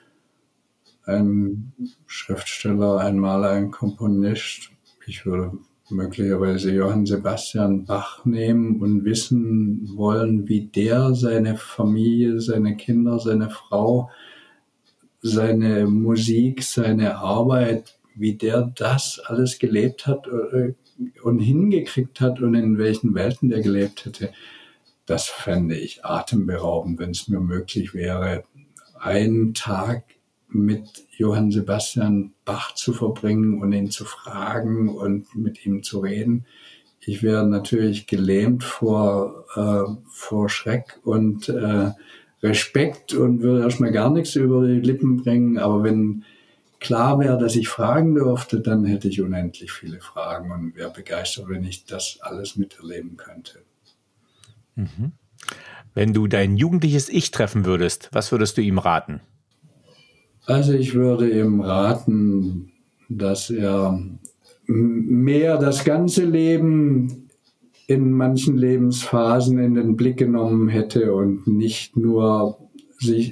ein Schriftsteller, ein Maler, ein Komponist. Ich würde möglicherweise Johann Sebastian Bach nehmen und wissen wollen, wie der seine Familie, seine Kinder, seine Frau, seine Musik, seine Arbeit, wie der das alles gelebt hat und hingekriegt hat und in welchen Welten der gelebt hätte. Das fände ich atemberaubend, wenn es mir möglich wäre, einen Tag mit Johann Sebastian Bach zu verbringen und ihn zu fragen und mit ihm zu reden. Ich wäre natürlich gelähmt vor Schreck und Respekt und würde erstmal gar nichts über die Lippen bringen. Aber wenn klar wäre, dass ich fragen durfte, dann hätte ich unendlich viele Fragen und wäre begeistert, wenn ich das alles miterleben könnte. Mhm. Wenn du dein jugendliches Ich treffen würdest, was würdest du ihm raten? Also ich würde ihm raten, dass er mehr das ganze Leben in manchen Lebensphasen in den Blick genommen hätte und nicht nur sich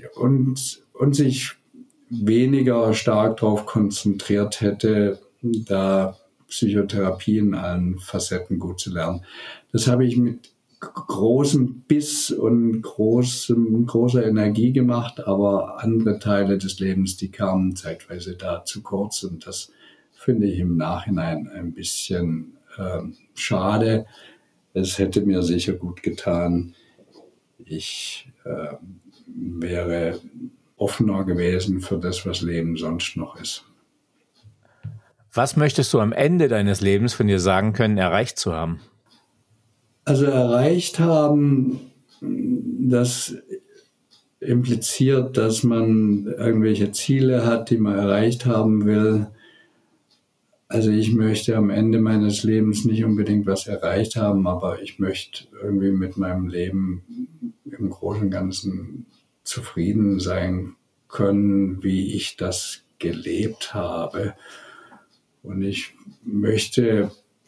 weniger stark darauf konzentriert hätte, da Psychotherapie in allen Facetten gut zu lernen. Das habe ich mit großem Biss und großer Energie gemacht, aber andere Teile des Lebens, die kamen zeitweise da zu kurz und das finde ich im Nachhinein ein bisschen schade. Es hätte mir sicher gut getan. Ich wäre offener gewesen für das, was Leben sonst noch ist. Was möchtest du am Ende deines Lebens von dir sagen können, erreicht zu haben? Also erreicht haben, das impliziert, dass man irgendwelche Ziele hat, die man erreicht haben will. Also ich möchte am Ende meines Lebens nicht unbedingt was erreicht haben, aber ich möchte irgendwie mit meinem Leben im Großen und Ganzen zufrieden sein können, wie ich das gelebt habe. Und ich möchte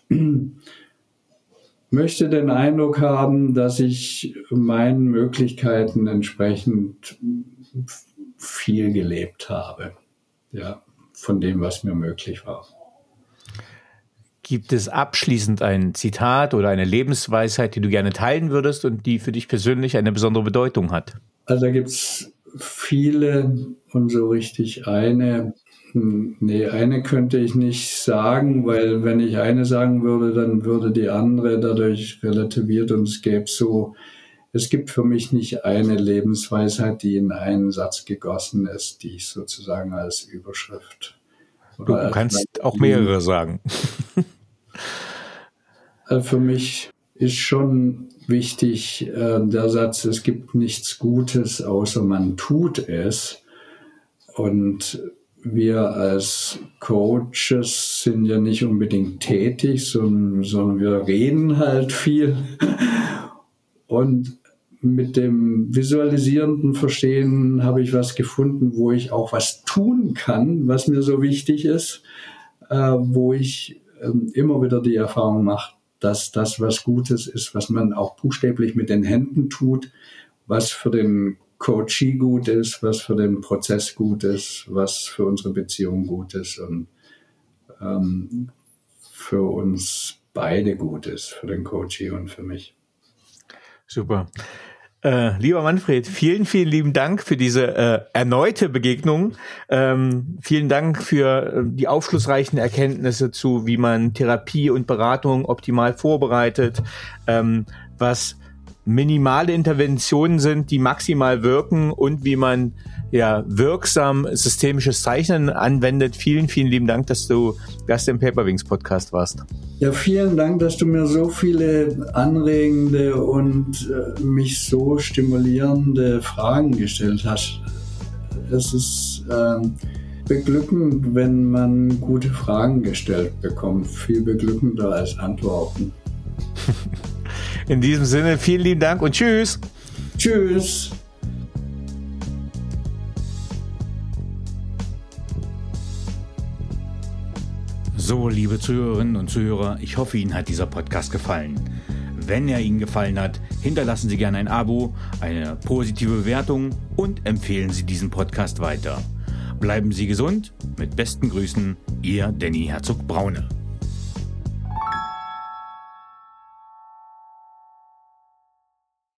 den Eindruck haben, dass ich meinen Möglichkeiten entsprechend viel gelebt habe, ja, von dem, was mir möglich war. Gibt es abschließend ein Zitat oder eine Lebensweisheit, die du gerne teilen würdest und die für dich persönlich eine besondere Bedeutung hat? Also da gibt es viele und so richtig eine, Nee, eine könnte ich nicht sagen, weil wenn ich eine sagen würde, dann würde die andere dadurch relativiert und es gibt für mich nicht eine Lebensweisheit, die in einen Satz gegossen ist, die ich sozusagen als Überschrift. Du kannst auch mehrere sagen. Für mich ist schon wichtig der Satz, es gibt nichts Gutes, außer man tut es. Und wir als Coaches sind ja nicht unbedingt tätig, sondern wir reden halt viel. Und mit dem visualisierenden Verstehen habe ich was gefunden, wo ich auch was tun kann, was mir so wichtig ist, wo ich immer wieder die Erfahrung mache, dass das was Gutes ist, was man auch buchstäblich mit den Händen tut, was für den Coachee gut ist, was für den Prozess gut ist, was für unsere Beziehung gut ist und für uns beide gut ist, für den Coachee und für mich. Super. Lieber Manfred, vielen, vielen lieben Dank für diese erneute Begegnung. Vielen Dank für die aufschlussreichen Erkenntnisse zu, wie man Therapie und Beratung optimal vorbereitet, was minimale Interventionen sind, die maximal wirken und wie man wirksam systemisches Zeichnen anwendet. Vielen, vielen lieben Dank, dass du Gast im Paperwings Podcast warst. Ja, vielen Dank, dass du mir so viele anregende und mich so stimulierende Fragen gestellt hast. Es ist beglückend, wenn man gute Fragen gestellt bekommt. Viel beglückender als Antworten. In diesem Sinne, vielen lieben Dank und tschüss. Tschüss. So, liebe Zuhörerinnen und Zuhörer, ich hoffe, Ihnen hat dieser Podcast gefallen. Wenn er Ihnen gefallen hat, hinterlassen Sie gerne ein Abo, eine positive Bewertung und empfehlen Sie diesen Podcast weiter. Bleiben Sie gesund. Mit besten Grüßen, Ihr Danny Herzog-Braune.